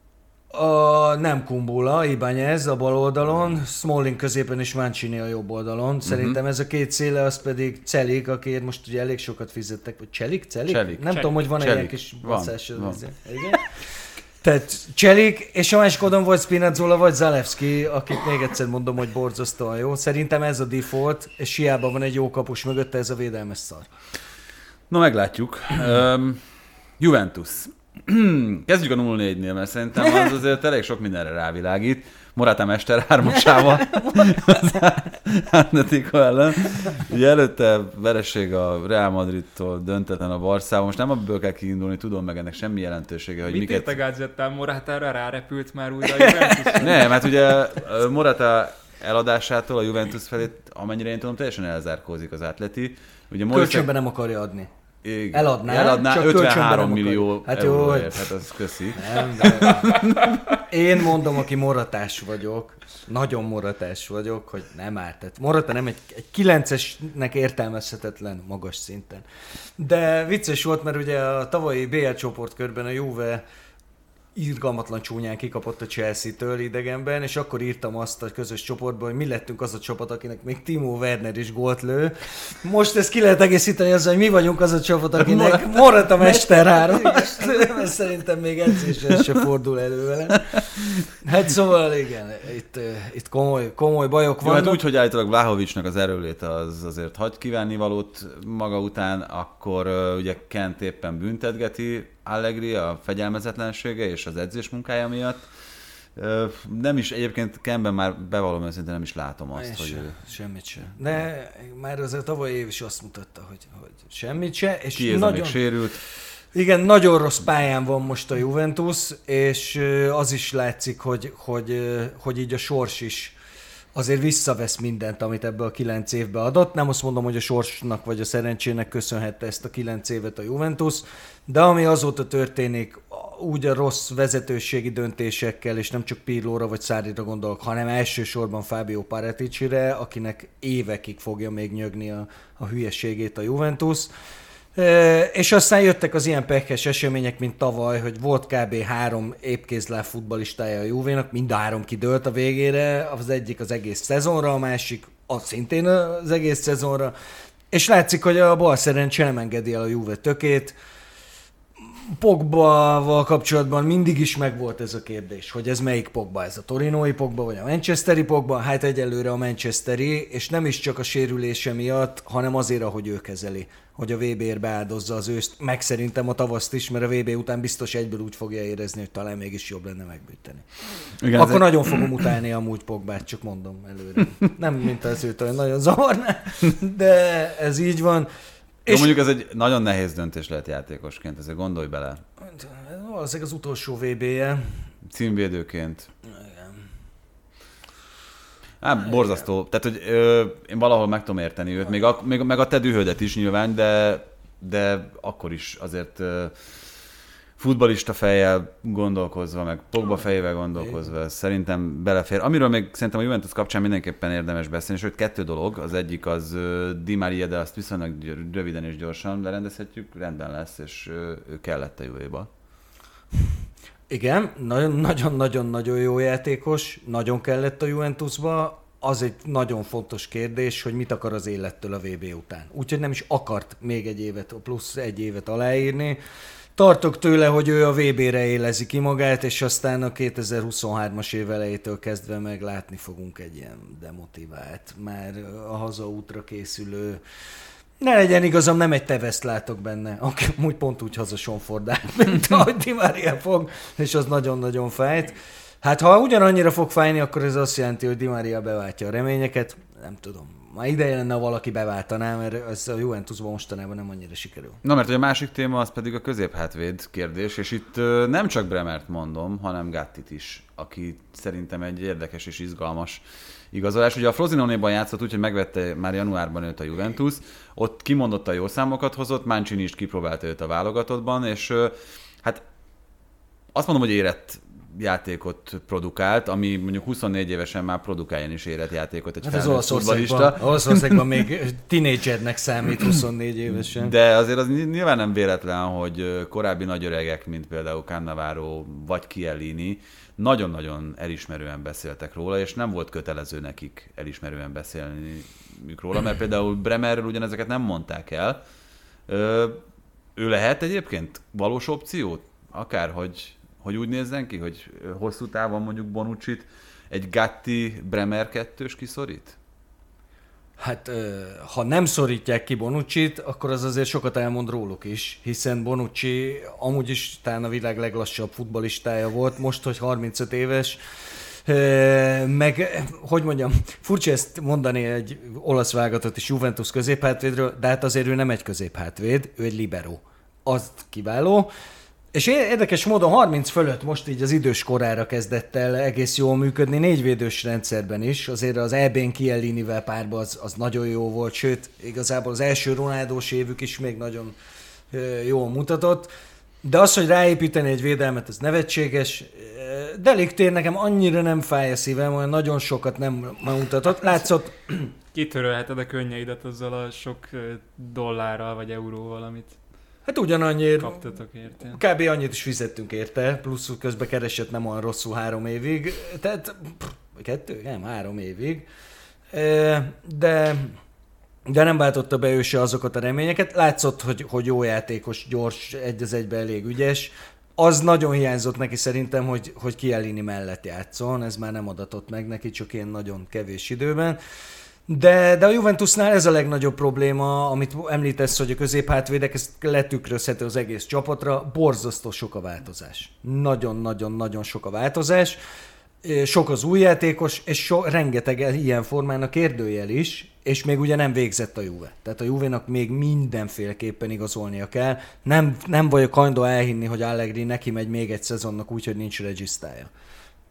A, nem Kumbulla, Ibanez a bal oldalon, Smalling középen és Mancini a jobb oldalon. Szerintem uh-huh. ez a két széle, az pedig Celik, akiért most ugye elég sokat fizettek. Vagy Celik? Celik? Celik. Nem Celik. tudom, hogy van Celik. egy kis basszás. Van, van. Igen? Tehát Celik, és a másik oldalon vagy Spinazzola, vagy Zalewski, akit még egyszer mondom, hogy borzasztóan jó. Szerintem ez a default, és hiába van egy jó kapus mögötte, ez a védelmes szar. Na, meglátjuk. Um, Juventus. Kezdjük a nulla négynél, mert szerintem az azért elég sok mindenre rávilágít. Morata mester hármasával az Atletico ellen. Ugye előtte vereség a Real Madridtól, döntetlen a Barszával. Most nem abból kell kiindulni, tudom, meg ennek semmi jelentősége, hogy mit miket... Mit írt a Gazettán? Moratára rárepült már újra a Juventus? Nem, hát ugye Morata eladásától a Juventus felé, amennyire én tudom, teljesen elzárkózik az Atleti. Ugye Kölcsönben nem akarja adni. Igen. Eladná, Eladná csak ötvenhárom millió hát euróért, hát az köszi. Nem, de... Én mondom, aki moratás vagyok, nagyon moratás vagyok, hogy nem árt. Tehát Morata nem egy, egy kilencesnek értelmezhetetlen magas szinten. De vicces volt, mert ugye a tavalyi bé el csoportkörben a Juve irgalmatlan csúnyán kikapott a Chelsea-től idegenben, és akkor írtam azt a közös csoportban, hogy mi lettünk az a csapat, akinek még Timo Werner is gólt lő. Most ezt ki lehet egészíteni azzal, hogy mi vagyunk az a csapat, akinek Morata mester három, és szerintem még edzésre se fordul elő vele. Hát szóval igen, itt, itt komoly, komoly bajok Jó, vannak. hát úgy, hogy állítólag Vlahovicsnak az erőléte az azért hagy kívánnivalót maga után, akkor uh, ugye Kent éppen büntetgeti Allegri a fegyelmezetlensége és az edzés munkája miatt. Nem is, egyébként Kenben már bevallom őszintén nem is látom azt, Én hogy se, ő... Semmit se. De már az a tavalyi év is azt mutatta, hogy, hogy semmit se. És Ki ez, nagyon, amíg sérült? Igen, nagyon rossz pályán van most a Juventus, és az is látszik, hogy, hogy, hogy így a sors is azért visszavesz mindent, amit ebbe a kilenc évbe adott. Nem azt mondom, hogy a sorsnak vagy a szerencsének köszönhette ezt a kilenc évet a Juventus, de ami azóta történik, úgy a rossz vezetőségi döntésekkel, és nem csak Pirlóra vagy Sarrira gondolok, hanem elsősorban Fabio Paraticire, akinek évekig fogja még nyögni a, a hülyeségét a Juventus. E, és aztán jöttek az ilyen pekhes események, mint tavaly, hogy volt kb. három épkézláb futballistája a Juvénak, mind a három kidőlt a végére, az egyik az egész szezonra, a másik az szintén az egész szezonra, és látszik, hogy a bal szerencse nem engedi el a Juve tökét. Pogba-val kapcsolatban mindig is megvolt ez a kérdés, hogy ez melyik Pogba, ez a torinói Pogba, vagy a manchesteri Pogba, hát egyelőre a manchesteri, és nem is csak a sérülése miatt, hanem azért, ahogy ő kezeli, hogy a vé bé-ért beáldozza az őszt, meg szerintem a tavaszt is, mert a vé bé után biztos egyből úgy fogja érezni, hogy talán mégis jobb lenne megbűteni. Igen, Akkor nagyon egy... fogom utálni amúgy Pogbát, csak mondom előre. Nem, mint az őt olyan nagyon zavarná, de ez így van. És mondjuk ez egy nagyon nehéz döntés lehet játékosként, ezért gondolj bele. Valószínűleg az utolsó vé bé-je. Címvédőként. Igen. Hát borzasztó. Tehát, hogy ö, én valahol meg tudom érteni őt, még a, még, meg a te dühödet is nyilván, de, de akkor is azért ö, futballista fejjel gondolkozva, meg Pogba fejével gondolkozva, szerintem belefér. Amiről még szerintem a Juventus kapcsán mindenképpen érdemes beszélni, sőt kettő dolog. Az egyik az Di Maria, de azt viszonylag röviden és gyorsan lerendezhetjük, rendben lesz, és ő kellett a Juve-ba. Igen, nagyon-nagyon-nagyon jó játékos, nagyon kellett a Juventusba. Az egy nagyon fontos kérdés, hogy mit akar az élettől a vé bé után. Úgyhogy nem is akart még egy évet, plusz egy évet aláírni. Tartok tőle, hogy ő a vé bé-re élezi ki magát, és aztán a kétezer-huszonhármas év elejétől kezdve meg látni fogunk egy ilyen demotivált, már a hazaútra készülő. Ne legyen igazam, nem egy Teveszt látok benne, aki úgy pont úgy haza sonfordál, mint ahogy Di Maria fog, és az nagyon-nagyon fájt. Hát ha ugyanannyira fog fájni, akkor ez azt jelenti, hogy Di Maria beváltja a reményeket. Nem tudom. Már ideje lenne, valaki beváltaná, mert ez a Juventusban mostanában nem annyira sikerül. Na, mert a másik téma az pedig a középhátvéd kérdés, és itt nem csak Bremert mondom, hanem Gattit is, aki szerintem egy érdekes és izgalmas igazolás. Ugye a Frozinonéban játszott úgy, hogy megvette már januárban őt a Juventus, ott kimondottan jó számokat hozott, Mancini is kipróbálta őt a válogatottban, és hát azt mondom, hogy érett játékot produkált, ami mondjuk huszonnégy évesen már produkáljon is érett játékot egy hát felnőtt futballista. Olaszországban még tínédzsernek számít huszonnégy évesen. De azért az nyilván nem véletlen, hogy korábbi nagyöregek, mint például Cannavaro vagy Chiellini, nagyon-nagyon elismerően beszéltek róla, és nem volt kötelező nekik elismerően beszélni róla, mert például Bremerről ugyanezeket nem mondták el. Ő lehet egyébként valós opciót? Akár, hogy hogy úgy nézzen ki, hogy hosszú távon mondjuk Bonucci-t egy Gatti-Bremer kettős kiszorít? Hát, ha nem szorítják ki Bonucci-t, akkor az azért sokat elmond róluk is, hiszen Bonucci amúgy is talán a világ leglassabb futballistája volt, most, hogy harmincöt éves, meg, hogy mondjam, furcsa ezt mondani egy olasz válogatott és Juventus középhátvédről, de hát azért ő nem egy középhátvéd, ő egy libero. Az kiváló. És érdekes módon harminc fölött most így az idős korára kezdett el egész jól működni, négyvédős rendszerben is. Azért az é bén Chiellinivel párban az, az nagyon jó volt, sőt, igazából az első Ronaldós évük is még nagyon jól mutatott. De az, hogy ráépíteni egy védelmet, az nevetséges. De Ligt nekem annyira nem fáj a szívem, olyan nagyon sokat nem mutatott. Látszott... Kitörölheted a könnyeidet azzal a sok dollárral vagy euróval, amit... Hát ugyanannyiért, kaptatok érte. Kb. Annyit is fizettünk érte, plusz közben keresett nem olyan rosszul három évig, tehát pff, kettő? Nem, három évig. De, de nem váltotta be ő se azokat a reményeket. Látszott, hogy, hogy jó játékos, gyors, egy az egyben elég ügyes. Az nagyon hiányzott neki szerintem, hogy, hogy Chiellini mellett játszon, ez már nem adatott meg neki, csak ilyen nagyon kevés időben. De, de a Juventusnál ez a legnagyobb probléma, amit említesz, hogy a középhátvédek, ez letükrözhető az egész csapatra, borzasztó sok a változás. Nagyon-nagyon-nagyon sok a változás, sok az új játékos, és so, rengeteg ilyen formán a kérdőjel is, és még ugye nem végzett a Juve. Tehát a Juvénak még mindenféleképpen igazolnia kell. Nem, nem vagyok hajlandó elhinni, hogy Allegri neki megy még egy szezonnak úgy, hogy nincs regisztája.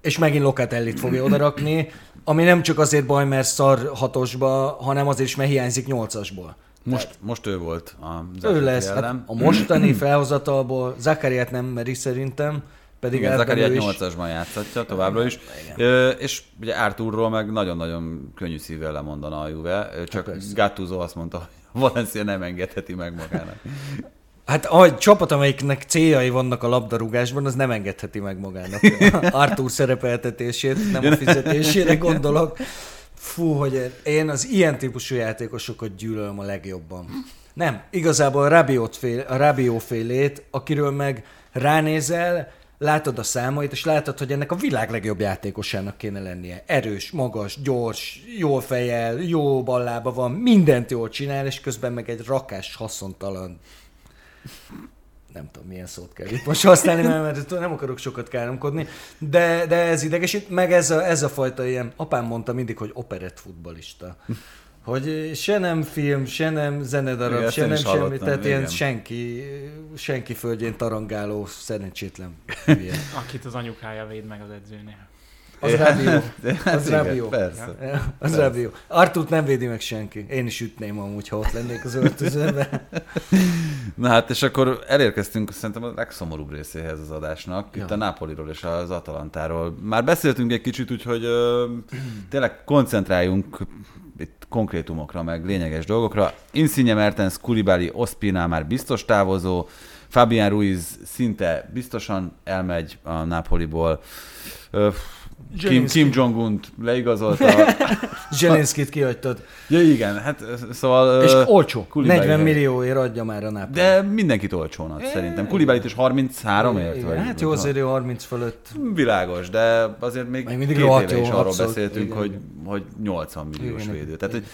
és megint Locatellit fogja odarakni, ami nem csak azért baj, mert szar hatosba, hanem azért is, mert hiányzik nyolcasból. Most, most ő volt a Ő lesz. Hát a mostani felhozatalból Zakariát nem meri szerintem, pedig igen, Zakariát is... nyolcasban játszatja továbbra is. Ö, és ugye Arturról meg nagyon-nagyon könnyű szívvel lemondana a Juve, csak hát Gattuso azt mondta, hogy Valencia nem engedheti meg magának. Hát a csapat, amelyiknek céljai vannak a labdarúgásban, az nem engedheti meg magának Artur szerepeltetését, nem a fizetésére gondolok. Fú, hogy én az ilyen típusú játékosokat gyűlölöm a legjobban. Nem, igazából a Rabiot fél, a Rabiot félét, akiről meg ránézel, látod a számait, és látod, hogy ennek a világ legjobb játékosának kéne lennie. Erős, magas, gyors, jól fejel, jó ballába van, mindent jól csinál, és közben meg egy rakás, haszontalan... Nem tudom, milyen szót kell itt most használni, mert nem akarok sokat káromkodni, de, de ez idegesít, meg ez a, ez a fajta ilyen, apám mondta mindig, hogy operett futballista. Hogy se nem film, se nem zenedarab, igen, se nem semmi, tehát ilyen senki, senki földjén tarangáló szerencsétlen hülye. Akit az anyukája véd meg az edzőnél. Az Rabiot. Az Rabiot. Persze. Az Rabiot. Arturt nem védi meg senki. Én is ütném amúgy, ha ott lennék az öltözőben. Na hát, és akkor elérkeztünk szerintem a legszomorúbb részéhez az adásnak. Itt ja. a Napoliról és az Atalantáról. Már beszéltünk egy kicsit, úgyhogy ö, tényleg koncentráljunk itt konkrétumokra, meg lényeges dolgokra. Insigne, Mertens, Koulibaly, Ospina már biztos távozó, Fabián Ruiz szinte biztosan elmegy a Napoliból. Ö, Kim, Kim Jong-unt leigazolta. Zelenszkit kihagytad. Ja igen, hát szóval... És olcsó. Koulibaly negyven millióért adja már a Napoli. De mindenkit olcsónak e... szerintem. Koulibalyt is harminchárom-ért? Vagy, hát jó, azért jó harminc fölött. Világos, de azért még, még két éve is arról abszolút, beszéltünk, igen, hogy, hogy nyolcvan milliós igen, védő. Tehát, hogy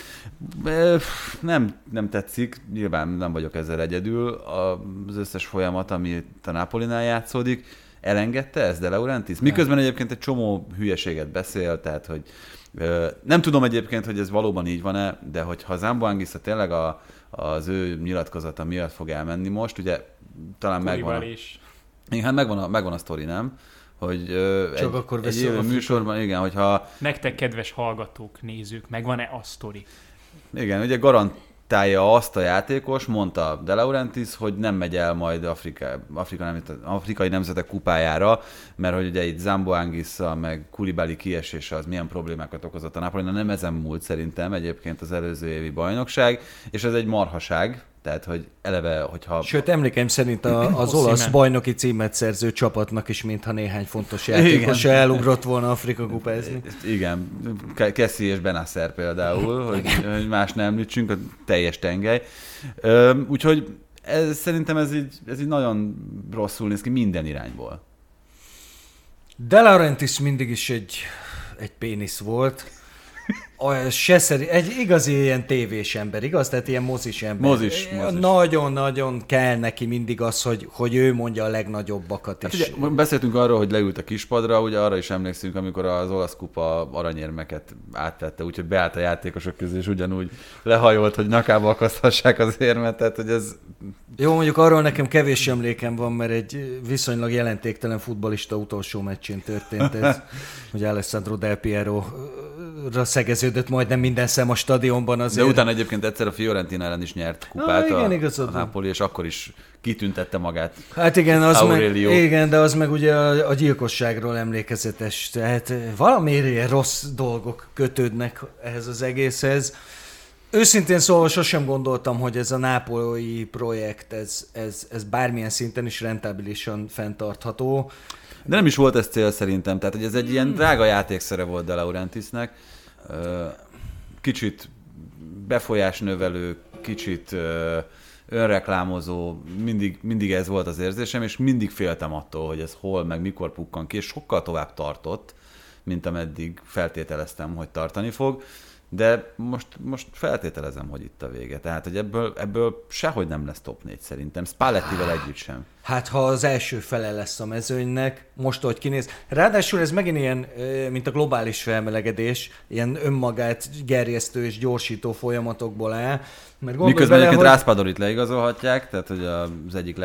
nem, nem tetszik, nyilván nem vagyok ezzel egyedül. Az összes folyamat, ami a Napolinál játszódik, elengedte ezt De Laurentiis? Miközben egyébként egy csomó hülyeséget beszél, tehát, hogy ö, nem tudom egyébként, hogy ez valóban így van-e, de hogyha Zambo Anguissa tényleg a, az ő nyilatkozata miatt fog elmenni most, ugye talán megvan a, igen, hát megvan a, megvan a sztori, nem? Hogy ö, Csak egy, akkor egy élő műsorban, igen, hogyha... Nektek, kedves hallgatók, nézők, megvan-e a sztori? Igen, ugye garant tálja azt a játékos, mondta De Laurentiis, hogy nem megy el majd Afrika, Afrika nem, afrikai nemzetek kupájára, mert hogy ugye itt Zambo Anguissa meg Koulibaly kiesése az milyen problémákat okozott a Napolinak, nem ezen múlt szerintem egyébként az előző évi bajnokság, és ez egy marhaság, tehát hogy eleve, hogyha... Sőt, emlékeim szerint a, az olasz bajnoki címet szerző csapatnak is mintha néhány fontos játékosa elugrott volna Afrika kupázni. Igen, Kessi és Benasser például, hogy, hogy más nem említsünk, a teljes tengely. Úgyhogy ez, szerintem ez így, ez így nagyon rosszul néz ki minden irányból. De Laurentiis mindig is egy, egy pénisz volt. Se szerint, egy igazi ilyen tévés ember, igaz? Tehát ilyen mozis ember. Mozis, mozis. Nagyon-nagyon kell neki mindig az, hogy, hogy ő mondja a legnagyobbakat is. Hát ugye, beszéltünk arról, hogy leült a kispadra, ugye arra is emlékszünk, amikor az olasz kupa aranyérmeket átvette, úgyhogy beállt a játékosok közé, és ugyanúgy lehajolt, hogy nyakába akaszthassák az érmet, tehát hogy ez... Jó, mondjuk arról nekem kevés emlékem van, mert egy viszonylag jelentéktelen futballista utolsó meccsén történt ez, hogy Alessandro Del Piero-ra szegeződött majdnem minden szem a stadionban azért. De utána egyébként egyszer a Fiorentina ellen is nyert kupát ah, igen, a, a Napoli, és akkor is kitüntette magát. Hát igen, az meg, igen, de az meg ugye a, a gyilkosságról emlékezetes, tehát valamiért ilyen rossz dolgok kötődnek ehhez az egészhez. Őszintén szóval sosem gondoltam, hogy ez a nápolyi projekt, ez, ez, ez bármilyen szinten is rentábilisan fenntartható. De nem is volt ez cél szerintem, tehát hogy ez egy ilyen drága játékszere volt De Laurentiisnek. Kicsit befolyásnövelő, kicsit önreklámozó, mindig, mindig ez volt az érzésem, és mindig féltem attól, hogy ez hol, meg mikor pukkan ki, és sokkal tovább tartott, mint ameddig feltételeztem, hogy tartani fog. De most, most feltételezem, hogy itt a vége. Tehát, hogy ebből, ebből sehogy nem lesz top négy szerintem. Spallettivel együtt sem. Hát, ha az első fele lesz a mezőnynek, most, hogy kinéz. Ráadásul ez megint ilyen, mint a globális felmelegedés, ilyen önmagát gerjesztő és gyorsító folyamatokból áll. Mert miközben bele, egyébként hogy... Raspadorit leigazolhatják, tehát hogy az egyik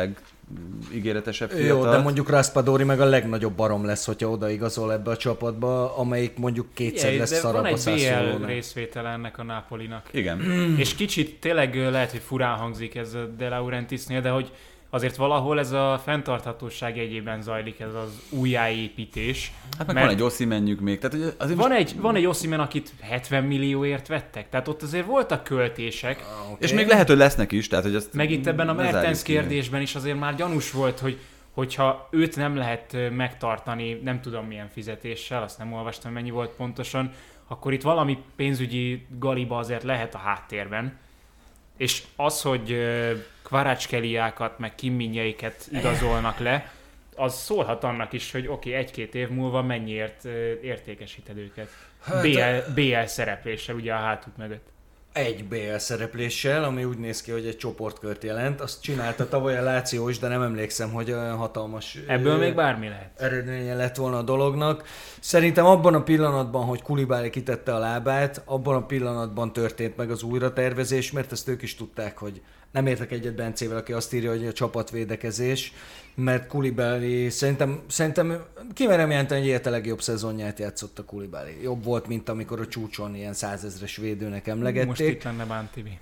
ígéretesebb fiatal. Jó, de mondjuk Raspadori meg a legnagyobb barom lesz, hogyha odaigazol ebbe a csapatba, amelyik mondjuk kétszer Igen, lesz de szarabb van a egy bé el Sassuolónál. részvétele ennek a Napolinak. Igen. És kicsit tényleg lehet, hogy furán hangzik ez a De Laurentiisnél, de hogy azért valahol ez a fenntarthatóság jegyében zajlik ez az újjáépítés. Hát meg van egy Osimhenjük még. Tehát azért van, most... egy, van egy Osimhen, akit hetven millióért vettek, tehát ott azért voltak költések. Ah, okay. És még lehet, hogy lesznek is. Tehát, hogy ezt Meg itt ebben a ne zárjuk Mertens ki. kérdésben is azért már gyanús volt, hogy hogyha őt nem lehet megtartani, nem tudom milyen fizetéssel, azt nem olvastam, mennyi volt pontosan, akkor itt valami pénzügyi galiba azért lehet a háttérben. És az, hogy Kvaratskhelia-kat, meg Kim-Min-jeiket igazolnak le, az szólhat annak is, hogy oké, okay, egy-két év múlva mennyiért értékesíted őket. Hát, bé el, bé el szerepléssel ugye a hátuk mögött. Egy bé el szerepléssel, ami úgy néz ki, hogy egy csoportkört jelent. Azt csinálta tavaly a Láció is, de nem emlékszem, hogy olyan hatalmas Ebből ö, még bármi lehet. eredménye lett volna a dolognak. Szerintem abban a pillanatban, hogy Koulibaly kitette a lábát, abban a pillanatban történt meg az újratervezés, mert ezt ők is tudták, hogy nem értek egyet Bencével, aki azt írja, hogy a csapatvédekezés, mert Koulibaly szerintem, szerintem kimerem jelenteni, hogy élte legjobb szezonját játszott a Koulibaly. Jobb volt, mint amikor a csúcson ilyen százezres védőnek emlegették. Most itt lenne Bán Tibi.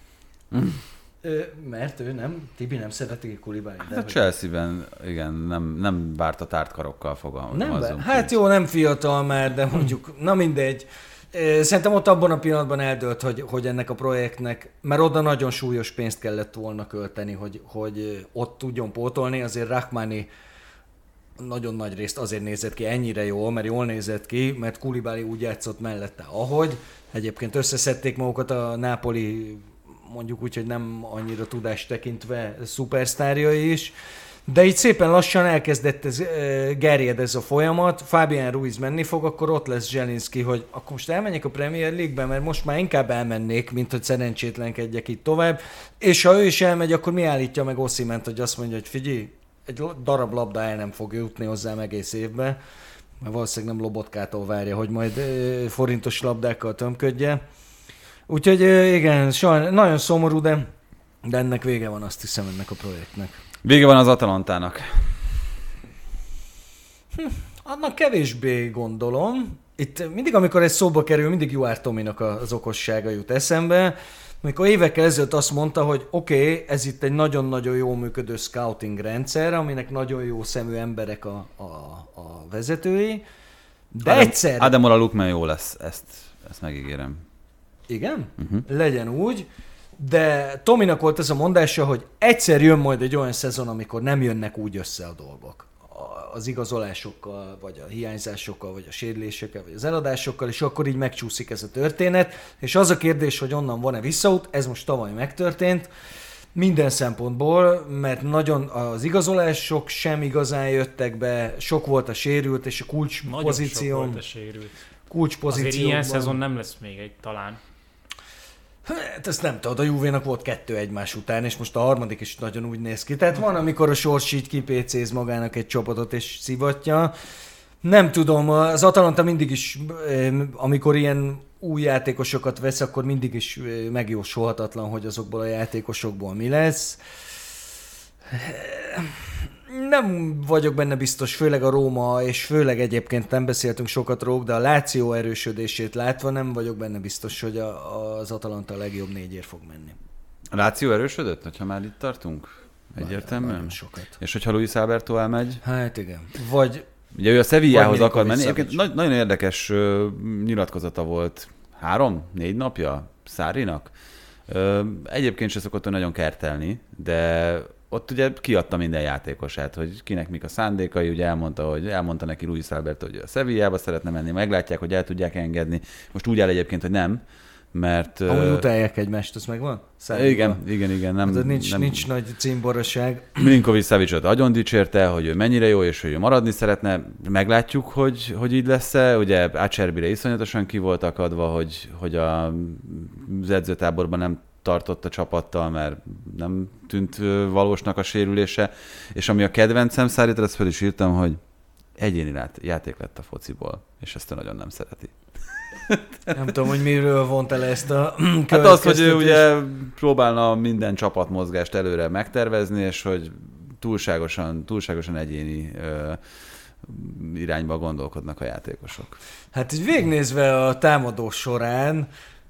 Ö, mert ő nem, Tibi nem szereti Koulibaly. Hát a Chelsea-ben igen, nem, nem várt a tárt karokkal fogalmazunk. Nem, hát jó, nem fiatal már, de mondjuk, na mindegy. Szerintem ott abban a pillanatban eldőlt, hogy, hogy ennek a projektnek, mert oda nagyon súlyos pénzt kellett volna költeni, hogy, hogy ott tudjon pótolni, azért Rahmani nagyon nagy részt azért nézett ki ennyire jól, mert jól nézett ki, mert Koulibaly úgy játszott mellette, ahogy. Egyébként összeszedték magukat a Napoli, mondjuk úgy, hogy nem annyira tudást tekintve szupersztárjai is, de így szépen lassan elkezdett ez, e, gerjed ez a folyamat, Fabian Ruiz menni fog, akkor ott lesz Zselinszky, hogy akkor most elmenjek a Premier League-be, mert most már inkább elmennék, mint hogy szerencsétlenkedjek itt tovább, és ha ő is elmegy, akkor mi állítja meg Osimhent, hogy azt mondja, hogy figyelj, egy darab labda el nem fog jutni hozzám egész évben, mert valószínűleg nem Lobotkától várja, hogy majd e, forintos labdákkal tömködje. Úgyhogy e, igen, sajn, nagyon szomorú, de, de ennek vége van, azt hiszem, ennek a projektnek. Vége van az Atalantának. Hm, annak kevésbé gondolom. Itt mindig, amikor ez szóba kerül, mindig Juár Tominak az okossága jut eszembe. Amikor évekkel ezelőtt azt mondta, hogy oké, okay, ez itt egy nagyon-nagyon jól működő scouting rendszer, aminek nagyon jó szemű emberek a, a, a vezetői, de Adam, egyszer... Ademola Lookman jó lesz, ezt, ezt megígérem. Igen? Uh-huh. Legyen úgy. De Tominak volt ez a mondása, hogy egyszer jön majd egy olyan szezon, amikor nem jönnek úgy össze a dolgok. Az igazolásokkal, vagy a hiányzásokkal, vagy a sérülésekkel, vagy az eladásokkal, és akkor így megcsúszik ez a történet. És az a kérdés, hogy onnan van-e visszaút, ez most tavaly megtörtént. Minden szempontból, mert nagyon az igazolások sem igazán jöttek be, sok volt a sérült, és a kulcspozíció. Nagyon sok volt a sérült. Kulcspozícióban. Azért ilyen szezon nem lesz még egy talán. Hát ezt nem tudod, a Juvénak volt kettő egymás után, és most a harmadik is nagyon úgy néz ki. Tehát van, amikor a sors így kipécéz magának egy csapatot és szivatja. Nem tudom, az Atalanta mindig is, amikor ilyen új játékosokat vesz, akkor mindig is megjósolhatatlan, hogy azokból a játékosokból mi lesz. Nem vagyok benne biztos, főleg a Róma, és főleg egyébként nem beszéltünk sokat róluk, de a Láció erősödését látva nem vagyok benne biztos, hogy a, az Atalanta a legjobb négyért fog menni. A Láció erősödött, hogyha már itt tartunk? Egyértelműen? Sokat. És hogyha Luis Alberto elmegy? Hát igen. Vagy... Ugye ő a Sevillához Vagy akar menni. Milinković Egyébként na- nagyon érdekes uh, nyilatkozata volt három, négy napja Sarrinak. Uh, egyébként se szokott nagyon kertelni, de ott ugye kiadta minden játékosát, hogy kinek mik a szándékai, ugye elmondta, hogy elmondta neki Luis Alberto, hogy a Sevillába szeretne menni, meglátják, hogy el tudják engedni. Most úgy áll egyébként, hogy nem, mert... Amúgy uh, utálják egymást, az megvan? Szállítva. Igen, igen, igen. Nem, hát nincs, nem, nincs nagy címborosság. Milinković-Savicot nagyon dicsérte, hogy ő mennyire jó, és hogy ő maradni szeretne. Meglátjuk, hogy, hogy így lesz-e. Ugye Acherbire iszonyatosan ki volt akadva, hogy, hogy a, az edzőtáborban nem tartott a csapattal, mert nem tűnt valósnak a sérülése. És ami a kedvencem, Sarritra, ezt fel is írtam, hogy egyéni játék lett a fociból, és ezt ő nagyon nem szereti. Nem tudom, hogy miről vonta le ezt a hát az, hogy ő ugye próbálna minden csapatmozgást előre megtervezni, és hogy túlságosan, túlságosan egyéni ö, irányba gondolkodnak a játékosok. Hát így végignézve a támadó során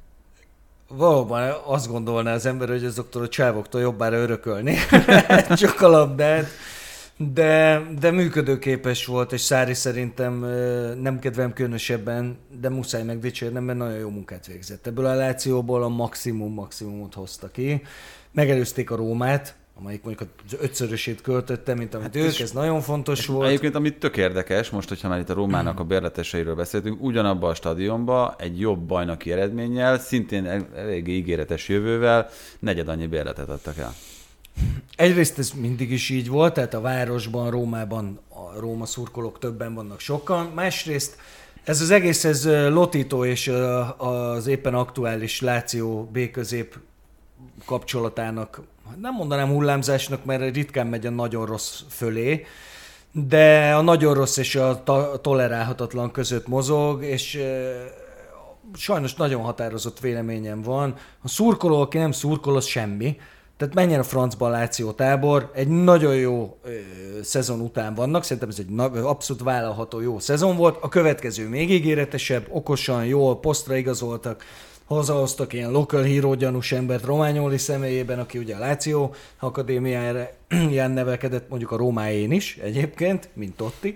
valóban azt gondolná az ember, hogy azoktól a csávoktól jobbára örökölni csak a labdát, de, de működőképes volt, és Szári szerintem nem kedvem különösebben, de muszáj megdicsérnem, mert nagyon jó munkát végzett. Ebből a Lációból a maximum maximumot hozta ki. Megelőzték a Rómát, amelyik mondjuk az ötszörösét költötte, mint amit hát ők, ez nagyon fontos volt. Egyébként, amit tök érdekes, most, hogyha már itt a Rómának a bérleteseiről beszéltünk, ugyanabban a stadionban egy jobb bajnoki eredménnyel, szintén eléggé ígéretes jövővel negyed annyi bérletet adtak el. Egyrészt ez mindig is így volt, tehát a városban, Rómában a Róma szurkolók többen vannak sokan. Másrészt ez az egész, ez Lotito és az éppen aktuális Láció B-közép kapcsolatának, nem mondanám hullámzásnak, mert ritkán megy a nagyon rossz fölé, de a nagyon rossz és a tolerálhatatlan között mozog, és sajnos nagyon határozott véleményem van. A szurkoló, aki nem szurkol, az semmi. Tehát menjen a francba a Láció tábor, egy nagyon jó ö, szezon után vannak, szerintem ez egy na- abszolút vállalható jó szezon volt, a következő még ígéretesebb, okosan, jól posztra igazoltak, hazahoztak ilyen local hero gyanús embert Romagnoli személyében, aki ugye a Láció akadémiáján nevelkedett, mondjuk a Rómájén is egyébként, mint Totti.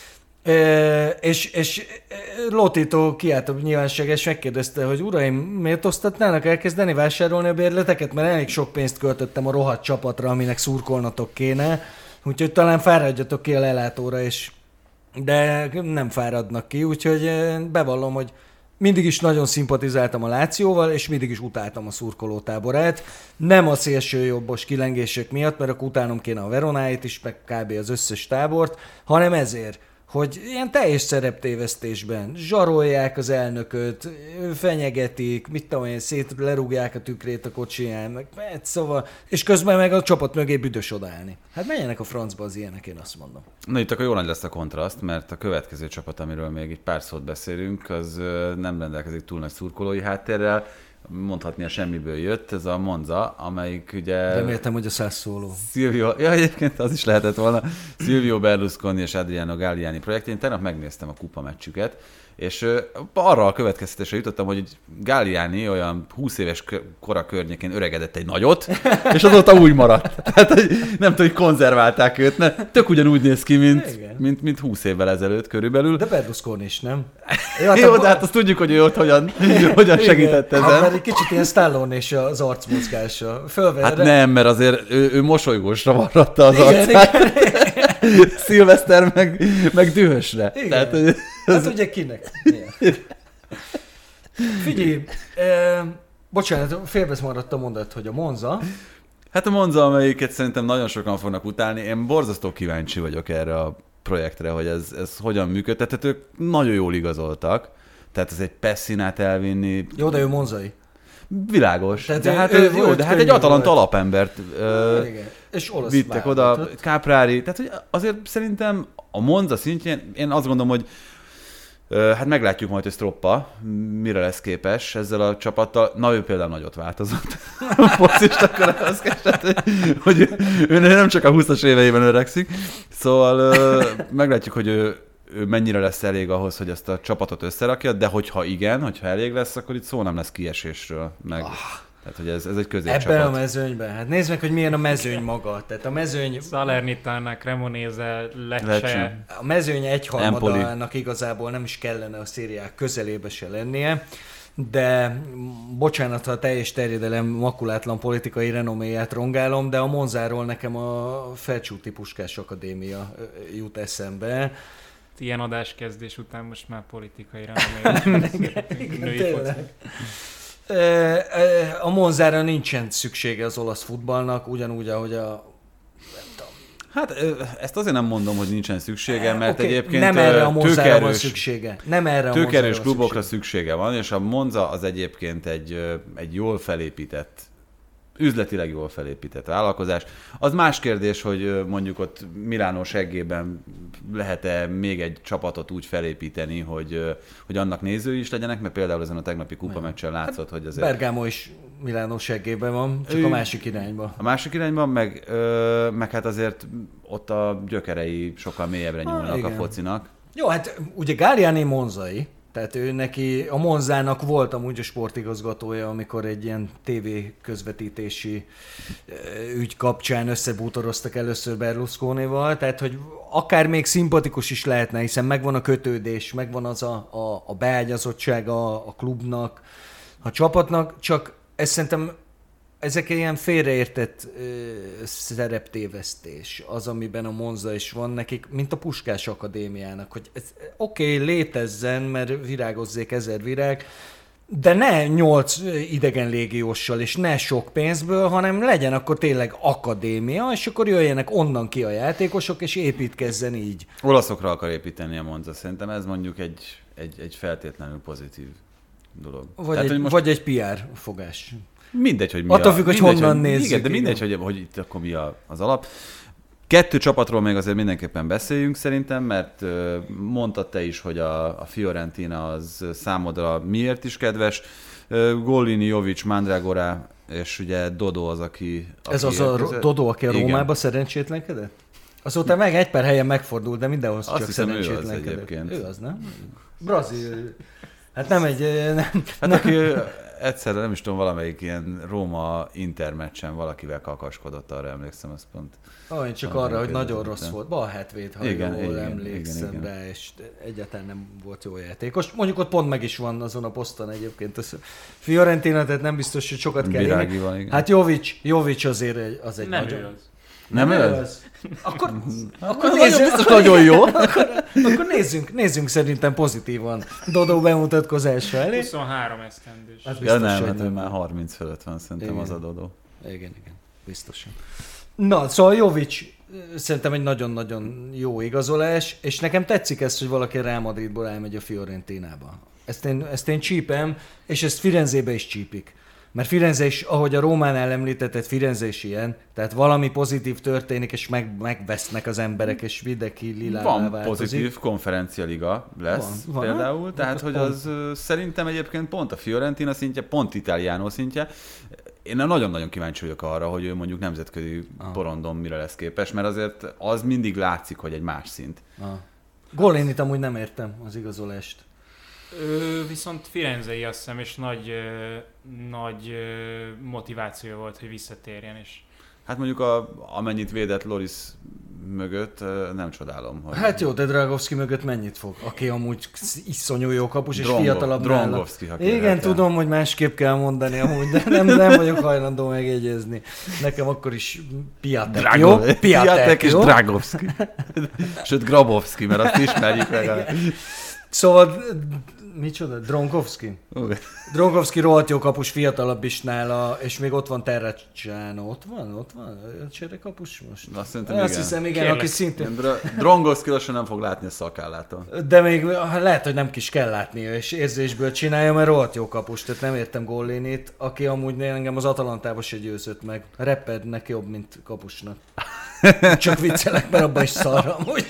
E, és, és Lotito kiállt a nyilvánosság, és megkérdezte, hogy uraim, miért osztatnának elkezdeni vásárolni a bérleteket, mert elég sok pénzt költöttem a rohadt csapatra, aminek szurkolnatok kéne, úgyhogy talán fáradjatok ki a lelátóra, és de nem fáradnak ki, úgyhogy bevallom, hogy mindig is nagyon szimpatizáltam a Lációval, és mindig is utáltam a szurkolótáborát. Nem a szélsőjobbos kilengések miatt, mert akkor utálnom kéne a Veronáit is, meg kb. Az összes tábort, hanem ezért, hogy ilyen teljes szereptévesztésben zsarolják az elnököt, fenyegetik, mit tudom én, szét lerúgják a tükrét a kocsiján, meg szóval, és közben meg a csapat mögé büdös odaállni. Hát menjenek a francba az ilyenek, én azt mondom. Na itt akkor jól nagy lesz a kontraszt, mert a következő csapat, amiről még egy pár szót beszélünk, az nem rendelkezik túl nagy szurkolói háttérrel, mondhatni a semmiből jött, ez a Monza, amelyik ugye... Reméltem, hogy a Sassuolo. Silvio, ja, egyébként az is lehetett volna. Silvio Berlusconi és Adriano Galliani projekt. Én tegnap megnéztem a kupa meccsüket, és arra a következtetésre jutottam, hogy Galliani olyan húsz éves kora környékén öregedett egy nagyot, és azóta úgy maradt. Tehát hogy nem tudom, hogy konzerválták őt, ne? Tök ugyanúgy néz ki, mint, mint, mint húsz évvel ezelőtt körülbelül. De Berlusconi is, nem? Ja, Jó, de hát azt tudjuk, hogy ő ott hogyan, hogyan segített ezen. Hát, mert egy kicsit ilyen Stallone és az arcmozgása. Fölver, hát nem, mert azért ő, ő mosolygósra varratta az arcát. Szilveszter meg, meg dühösre. Igen. Tehát, hát ugye kinek? Figyelj, eh, bocsánat, félbesz maradt a mondat, hogy a Monza. Hát a Monza, amelyiket szerintem nagyon sokan fognak utálni. Én borzasztó kíváncsi vagyok erre a projektre, hogy ez, ez hogyan működtethetők. Nagyon jól igazoltak. Tehát ez egy Pessinát elvinni. Jó, de ő monzai. Világos. Tehát de ő, hát, ő ő, jó, de hát egy Atalanta alapembert uh, és olasz vittek oda, Caprari. Tehát hogy azért szerintem a Monza szintjén, én azt gondolom, hogy uh, hát meglátjuk majd, hogy Stroppa mire lesz képes ezzel a csapattal. Na, ő például nagyot változott. Focistakor az kezdett, hogy ő, ő nem csak a húszas éveiben öregszik. Szóval uh, meglátjuk, hogy ő ő mennyire lesz elég ahhoz, hogy ezt a csapatot összerakja, de hogyha igen, hogyha elég lesz, akkor itt szó nem lesz kiesésről. Meg, ah, tehát, hogy ez, ez egy középcsapat. Ebben a mezőnyben. Hát nézd meg, hogy milyen a mezőny maga. Tehát a mezőny... Salernitana, Cremonese, Lecce. A mezőny egyharmadának igazából nem is kellene a szériák közelébe se lennie, de bocsánat, ha a teljes terjedelem makulátlan politikai renoméját rongálom, de a Monzáról nekem a Felcsúti Puskás Akadémia jut eszembe. Ilyen adáskezdés után most már politikai renomé. A Monzára nincsen szüksége az olasz futballnak, ugyanúgy, ahogy a... Hát ezt azért nem mondom, hogy nincsen szüksége, mert okay, egyébként nem erre a Monzára van szüksége. Nem erre a tőkerős klubokra szüksége. szüksége van, és a Monza az egyébként egy, egy jól felépített üzletileg jól felépített vállalkozás. Az más kérdés, hogy mondjuk ott Milánó seggében lehet-e még egy csapatot úgy felépíteni, hogy, hogy annak nézői is legyenek, mert például ezen a tegnapi kupameccsen látszott, hogy azért... Bergamo is Milánó seggében van, csak ő... a másik irányba. A másik irányban, meg, ö, meg hát azért ott a gyökerei sokkal mélyebbre nyúlnak ah, a focinak. Jó, hát ugye Galliani monzai, tehát ő neki, a Monzának volt amúgy a sportigazgatója, amikor egy ilyen tévé közvetítési ügy kapcsán összebútoroztak először Berlusconival, tehát hogy akár még szimpatikus is lehetne, hiszen megvan a kötődés, megvan az a, a, a beágyazottsága a klubnak, a csapatnak, csak ezt szerintem ezek ilyen félreértett ö, szereptévesztés, az, amiben a Monza is van nekik, mint a Puskás Akadémiának, hogy oké, okay, létezzen, mert virágozzék ezer virág, de ne nyolc idegen légióssal, és ne sok pénzből, hanem legyen akkor tényleg akadémia, és akkor jöjjenek onnan ki a játékosok, és építkezzen így. Olaszokra akar építeni a Monza, szerintem ez mondjuk egy, egy, egy feltétlenül pozitív dolog. Vagy, Tehát, egy, most... vagy egy pé er fogás. Mindegy, hogy mi attól a... függ, hogy mindegy, honnan hogy, nézzük. Igen, de mindegy, hogy, hogy itt akkor mi a, az alap. Kettő csapatról még azért mindenképpen beszéljünk szerintem, mert mondtad te is, hogy a, a Fiorentina az számodra miért is kedves. Gollini, Jovic, Mandragora és ugye Dodo az, aki... aki Ez az a között... Dodo, aki a Rómába szerencsétlenkedett? Azóta meg egy per helyen megfordult, de mindenhoz azt csak hiszem, szerencsétlenkedett. ő az egyébként. Ő az, nem? Brazil. Hát nem egy... Nem, hát aki egyszerre, nem is tudom, valamelyik ilyen Róma intermeccsen valakivel kakaskodott, arra emlékszem, az pont. Ah, én csak arra, hogy nagyon rossz volt. Balhátvéd, ha igen, jól igen, emlékszem igen, rá, és egyáltalán nem volt jó játékos. Mondjuk ott pont meg is van azon a poszton egyébként. Az Fiorentina, tehát nem biztos, hogy sokat kell Virági van, igen. Hát Jovic, Jovic azért egy, az egy nem nagyon... ő az. Nem, nem ő az? Akkor, akkor, nézzünk, biztos nagyon jó. akkor, akkor nézzünk, nézzünk szerintem pozitívan Dodo bemutatkozása elé. huszonhárom esztendős. Hát ja nem, hát nem, már harminc fölött van szerintem igen. Az a Dodo. Igen, igen, biztosan. Na, szóval Jovic szerintem egy nagyon-nagyon jó igazolás, és nekem tetszik ez, hogy valaki Real Madridból elmegy a Fiorentinába. Ezt én, ezt én csípem, és ezt Firenzébe is csípik. Mert Firenze is, ahogy a Rómánál említetted, Firenze is ilyen, tehát valami pozitív történik, és meg, megvesznek az emberek, és mindenki lilává Van változik. pozitív konferencialiga lesz van, van, például, ha? Tehát hogy az pont... szerintem egyébként pont a Fiorentina szintje, pont Italiano szintje. Én nagyon-nagyon kíváncsi vagyok arra, hogy ő mondjuk nemzetközi ah. porondon mire lesz képes, mert azért az mindig látszik, hogy egy más szint. Ah. Gollinit amúgy nem értem az igazolást. Ő viszont firenzei, azt hiszem, és nagy, nagy motiváció volt, hogy visszatérjen. És... Hát mondjuk a, amennyit védett Loris mögött, nem csodálom. Hogy... Hát jó, de Dragovski mögött mennyit fog? Aki amúgy iszonyú jó kapus, és Drongo, fiatalabb Drongovski, ha igen, kérhetem. Tudom, hogy másképp kell mondani amúgy, de nem, nem vagyok hajlandó megjegyezni. Nekem akkor is Piatek, Drago, jó? Piatek, Piatek és jó? Dragovski. Sőt, Grabowski, mert azt ismerjük meg. Szóval, micsoda? Drongovski? Okay. Drongovski rohadt jó kapus, fiatalabb is nála, és még ott van Terracciano. Ott van? Ott van? A cserekapus most? Azt szerintem igen. Azt hiszem, igen, Kérlek. Aki szintén... Drongovski lassan nem fog látni a szakállától. De még lehet, hogy nem is kell látnia, és érzésből csinálja, mert rohadt jó kapus. Tehát nem értem Gollinit, aki amúgy engem az Atalantába se győzött meg. Rappernek jobb, mint kapusnak. Csak viccelek, mert abban is szarra amúgy.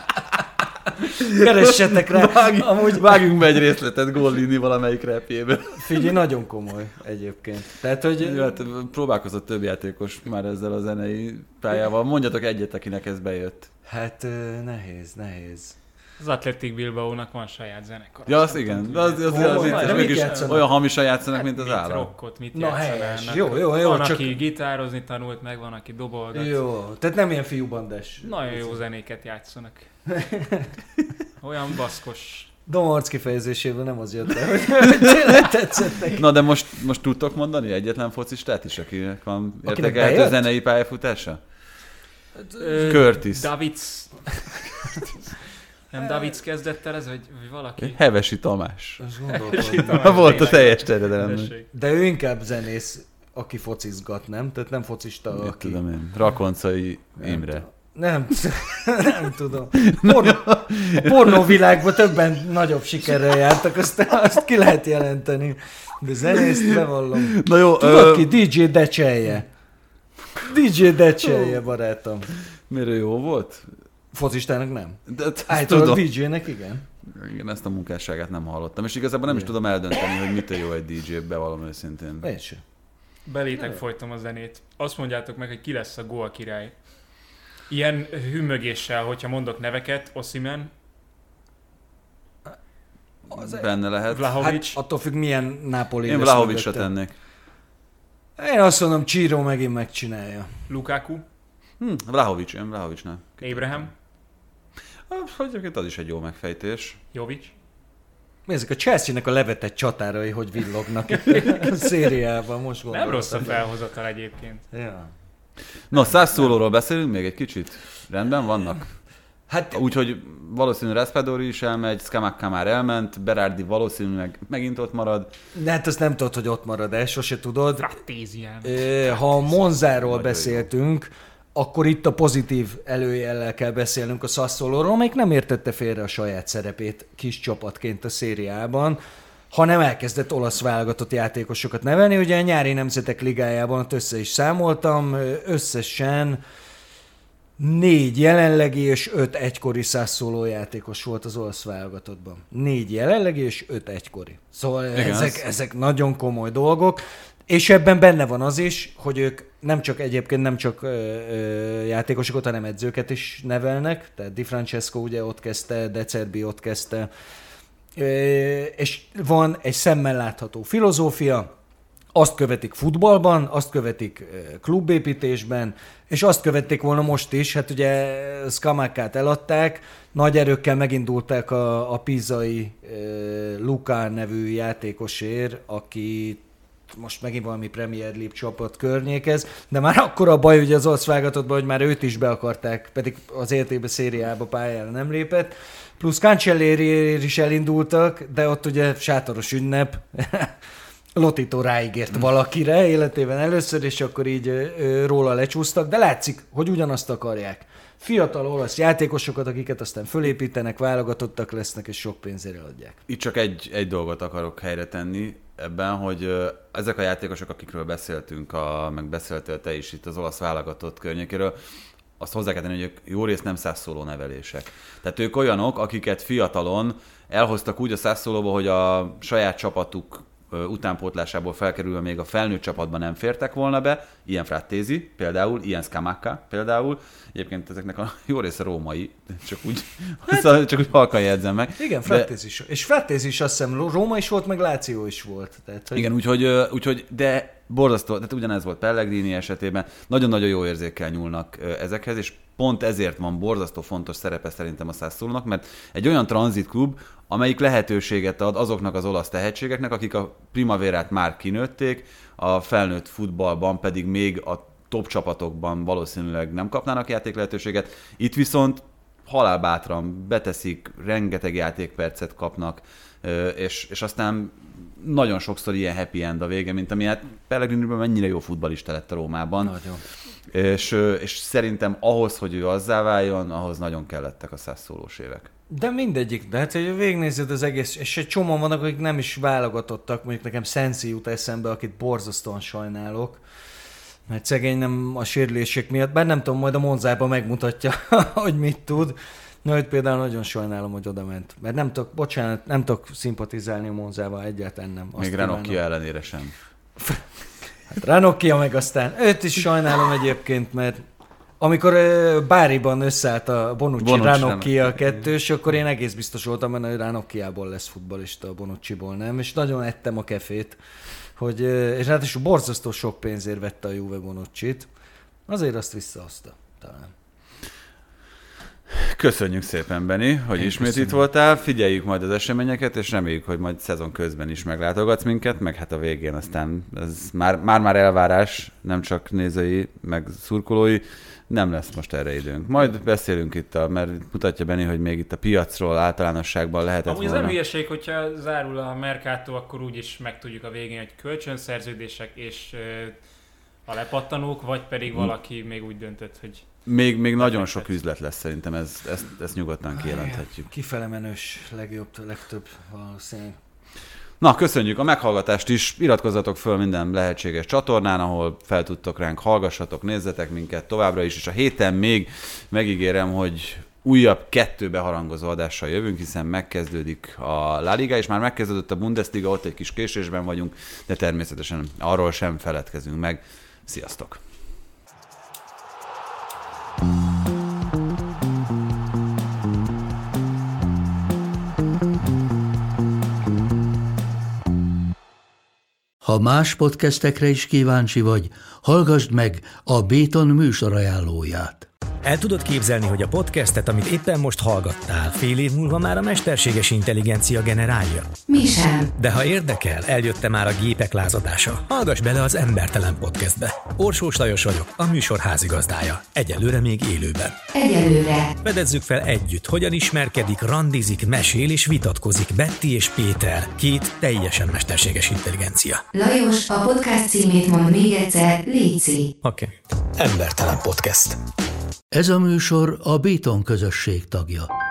Keressetek rá. Vág, amúgy vágjunk be egy részletet Gollini valamelyik repjéből. Figyelj, nagyon komoly egyébként. Tehát, hogy... Jó, hát próbálkozott több játékos már ezzel a zenei pályával. Mondjatok egyet, akinek ez bejött. Hát nehéz, nehéz. Az Athletic Bilbao-nak van saját zenekar. Ja, az igen. De az, az, az, az, az mégis olyan hamisan játszanak, hát, mint az állam. Rockot, mit Na, játszanának. Jó, jó, jó. Van, csak... aki gitározni tanult, meg van, aki dobolgat. Jó, tehát nem ilyen fiúbandás. Nagyon jó zenéket játszanak. Olyan baszkos. Domorc kifejezéséből nem az jött el, hogy tényleg tetszett neki. Na de most, most tudtok mondani egyetlen focistát is, akinek van érdekelhető zenei pályafutása? Curtis. Davids. Nem Davids kezdett el ez, vagy, vagy valaki? Hevesi Tamás. Hevesi Tamás. Volt a teljes terjedelem. De ő inkább zenész, aki focizgat, nem? Tehát nem focista, Mit aki... tudom én. Rakoncai Imre. Nem, nem tudom. Porno, a pornóvilágban többen nagyobb sikerrel jártak, azt, azt ki lehet jelenteni. De zenészt bevallom. Na jó, Tudod ö... ki? dé dzsé Decselje. dé dzsé Decselje, barátom. Miért jó volt? Focistának nem. De, Általában dé dzsének igen. Igen, ezt a munkásságát nem hallottam, és igazából nem is tudom eldönteni, hogy mitől jó egy dé dzsé, bevallom őszintén. Én sem. Belétek folytom a zenét. Azt mondjátok meg, hogy ki lesz a gól király. Ilyen hümmögéssel, hogyha mondok neveket, Osimhen, Benne lehet. Vlahovic. Hát attól függ, milyen Napoli Én lesz Vlahovicra mögötte. tennék. Én azt mondom, Ciro megint megcsinálja. Lukaku, Hm, Vlahovic, én Vlahovicnál. Abraham, Egyébként az is egy jó megfejtés. Jovic. Mi ezek a Chelsea-nek a levetett csatárai, hogy villognak a szériában, most Nem rossz a gondoltam. felhozatal egyébként. Ja. No, Sassuolóról beszélünk még egy kicsit? Rendben vannak? Hát Úgyhogy valószínű Raspadori is elmegy, Scamacca már elment, Berardi valószínűleg megint ott marad. de hát azt nem tudod, hogy ott marad-e, sose tudod. Frattézián. Ö, Ha a Monzáról Nagyon beszéltünk, akkor itt a pozitív előjellel kell beszélnünk a Sassuolóról, amelyik nem értette félre a saját szerepét kis csapatként a szériában, hanem elkezdett olasz válogatott játékosokat nevelni. Ugye a nyári nemzetek ligájában ott össze is számoltam, összesen négy jelenlegi és öt egykori Sassuoló játékos volt az olasz válogatottban. Négy jelenlegi és öt egykori. Szóval Igen, ezek, az- ezek nagyon komoly dolgok, és ebben benne van az is, hogy ők nem csak egyébként nem csak ö, ö, játékosokat, hanem edzőket is nevelnek, tehát Di Francesco ugye ott kezdte, De Zerbi ott kezdte, ö, és van egy szemmel látható filozófia, azt követik futballban, azt követik ö, klubépítésben, és azt követték volna most is, hát ugye Scamaccát eladták, nagy erőkkel megindulták a, a pizai ö, Luca nevű játékosért, aki most megint valami Premier League csapat környékez, de már akkor a baj ugye az olasz válogatottban, hogy már őt is be akarták, pedig az é té bé szériába pályára nem lépett. Plusz Cancellieri is elindultak, de ott ugye sátoros ünnep, Lotito ráígért valakire életében először, és akkor így ö, ö, róla lecsúsztak, de látszik, hogy ugyanazt akarják. Fiatal olasz játékosokat, akiket aztán fölépítenek, válogatottak lesznek, és sok pénzért eladják. Itt csak egy, egy dolgot akarok helyre tenni ebben, hogy ö, ezek a játékosok, akikről beszéltünk, a, meg beszéltél te is itt az olasz válogatott környékéről, azt hozzá kell tenni, hogy ők jó részt nem Sassuoló nevelések. Tehát ők olyanok, akiket fiatalon elhoztak úgy a Sassuolóba, hogy a saját csapatuk ö, utánpótlásából felkerülve még a felnőtt csapatban nem fértek volna be, ilyen Frattesi például, ilyen Scamacca például. Egyébként ezeknek a jó része római, csak úgy, hát, csak úgy halkan jegyzem meg. Igen, Frattesi is. És Frattesi is azt hiszem Róma is volt, meg Láció is volt. Tehát, hogy... Igen, úgyhogy, ö, úgyhogy, de borzasztó, tehát ugyanez volt Pellegrini esetében, nagyon-nagyon jó érzékkel nyúlnak ö, ezekhez, és pont ezért van borzasztó fontos szerepe szerintem a Sassuolónak, mert egy olyan tranzitklub, amelyik lehetőséget ad azoknak az olasz tehetségeknek, akik a Primaverát már kinőtték, a felnőtt futballban pedig még a top csapatokban valószínűleg nem kapnának játék lehetőséget. Itt viszont halálbátran beteszik, rengeteg játékpercet kapnak, és, és aztán nagyon sokszor ilyen happy end a vége, mint ami hát Pellegriniben mennyire jó futballista lett a Rómában. Nagyon. És, és szerintem ahhoz, hogy ő azzá váljon, ahhoz nagyon kellettek a Sassuolós évek. De mindegyik, de hát hogy végignézed az egész, és egy csomóan vannak, akik nem is válogatottak, mondjuk nekem Sensi jut eszembe, akit borzasztóan sajnálok, mert szegény nem a sérülések miatt, bár nem tudom, majd a Monzában megmutatja, hogy mit tud. Na, őt például nagyon sajnálom, hogy oda ment. Mert nem tudok, bocsánat, nem tudok szimpatizálni a Monzával, egyáltalán nem. Azt Még kívánom. Ranocchia ellenére sem. Hát Ranocchia meg aztán, őt is sajnálom egyébként, mert amikor uh, Báriban összeállt a Bonucci, Bonucci Ranocchia kettős, akkor én egész biztos voltam benne, hogy Ranocchiából lesz futballista, a Bonucciból nem, és nagyon ettem a kefét, hogy, uh, és hát is borzasztó sok pénzért vette a Juve Bonuccit, azért azt visszahozta talán. Köszönjük szépen, Benni, hogy Én ismét köszönöm. itt voltál. Figyeljük majd az eseményeket, és reméljük, hogy majd szezon közben is meglátogatsz minket, meg hát a végén aztán ez már, már-már elvárás, nem csak nézői, meg szurkolói, nem lesz most erre időnk. Majd beszélünk itt, a, mert mutatja Benni, hogy még itt a piacról általánosságban lehetett Amúgy ez volna. nem hülyeség, hogyha zárul a Mercato, akkor úgyis megtudjuk a végén, hogy kölcsönszerződések és ö, a lepattanók, vagy pedig valaki még úgy döntött, hogy Még, még nagyon sok üzlet lesz szerintem, ez, ezt, ezt nyugodtan kijelenthetjük. Kifele menős, legjobb, legtöbb valószínűleg. Na, köszönjük a meghallgatást is, iratkozzatok föl minden lehetséges csatornán, ahol fel tudtok ránk, hallgassatok, nézzetek minket továbbra is, és a héten még megígérem, hogy újabb kettő beharangozó adással jövünk, hiszen megkezdődik a La Liga, és már megkezdődött a Bundesliga, ott egy kis késésben vagyunk, de természetesen arról sem feledkezünk meg. Sziasztok! Ha más podcastekre is kíváncsi vagy, hallgassd meg a Béton műsor ajánlóját. El tudod képzelni, hogy a podcastet, amit éppen most hallgattál, fél év múlva már a mesterséges intelligencia generálja? Mi sem. De ha érdekel, eljött már a gépek lázadása. Hallgass bele az Embertelen Podcastbe. Orsós Lajos vagyok, a műsor házigazdája. Egyelőre még élőben. Egyelőre. Fedezzük fel együtt, hogyan ismerkedik, randizik, mesél és vitatkozik Betty és Péter, két teljesen mesterséges intelligencia. Lajos, a podcast címét mond még egyszer, léci. Oké. Okay. Embertelen Podcast. Ez a műsor a Béton közösség tagja.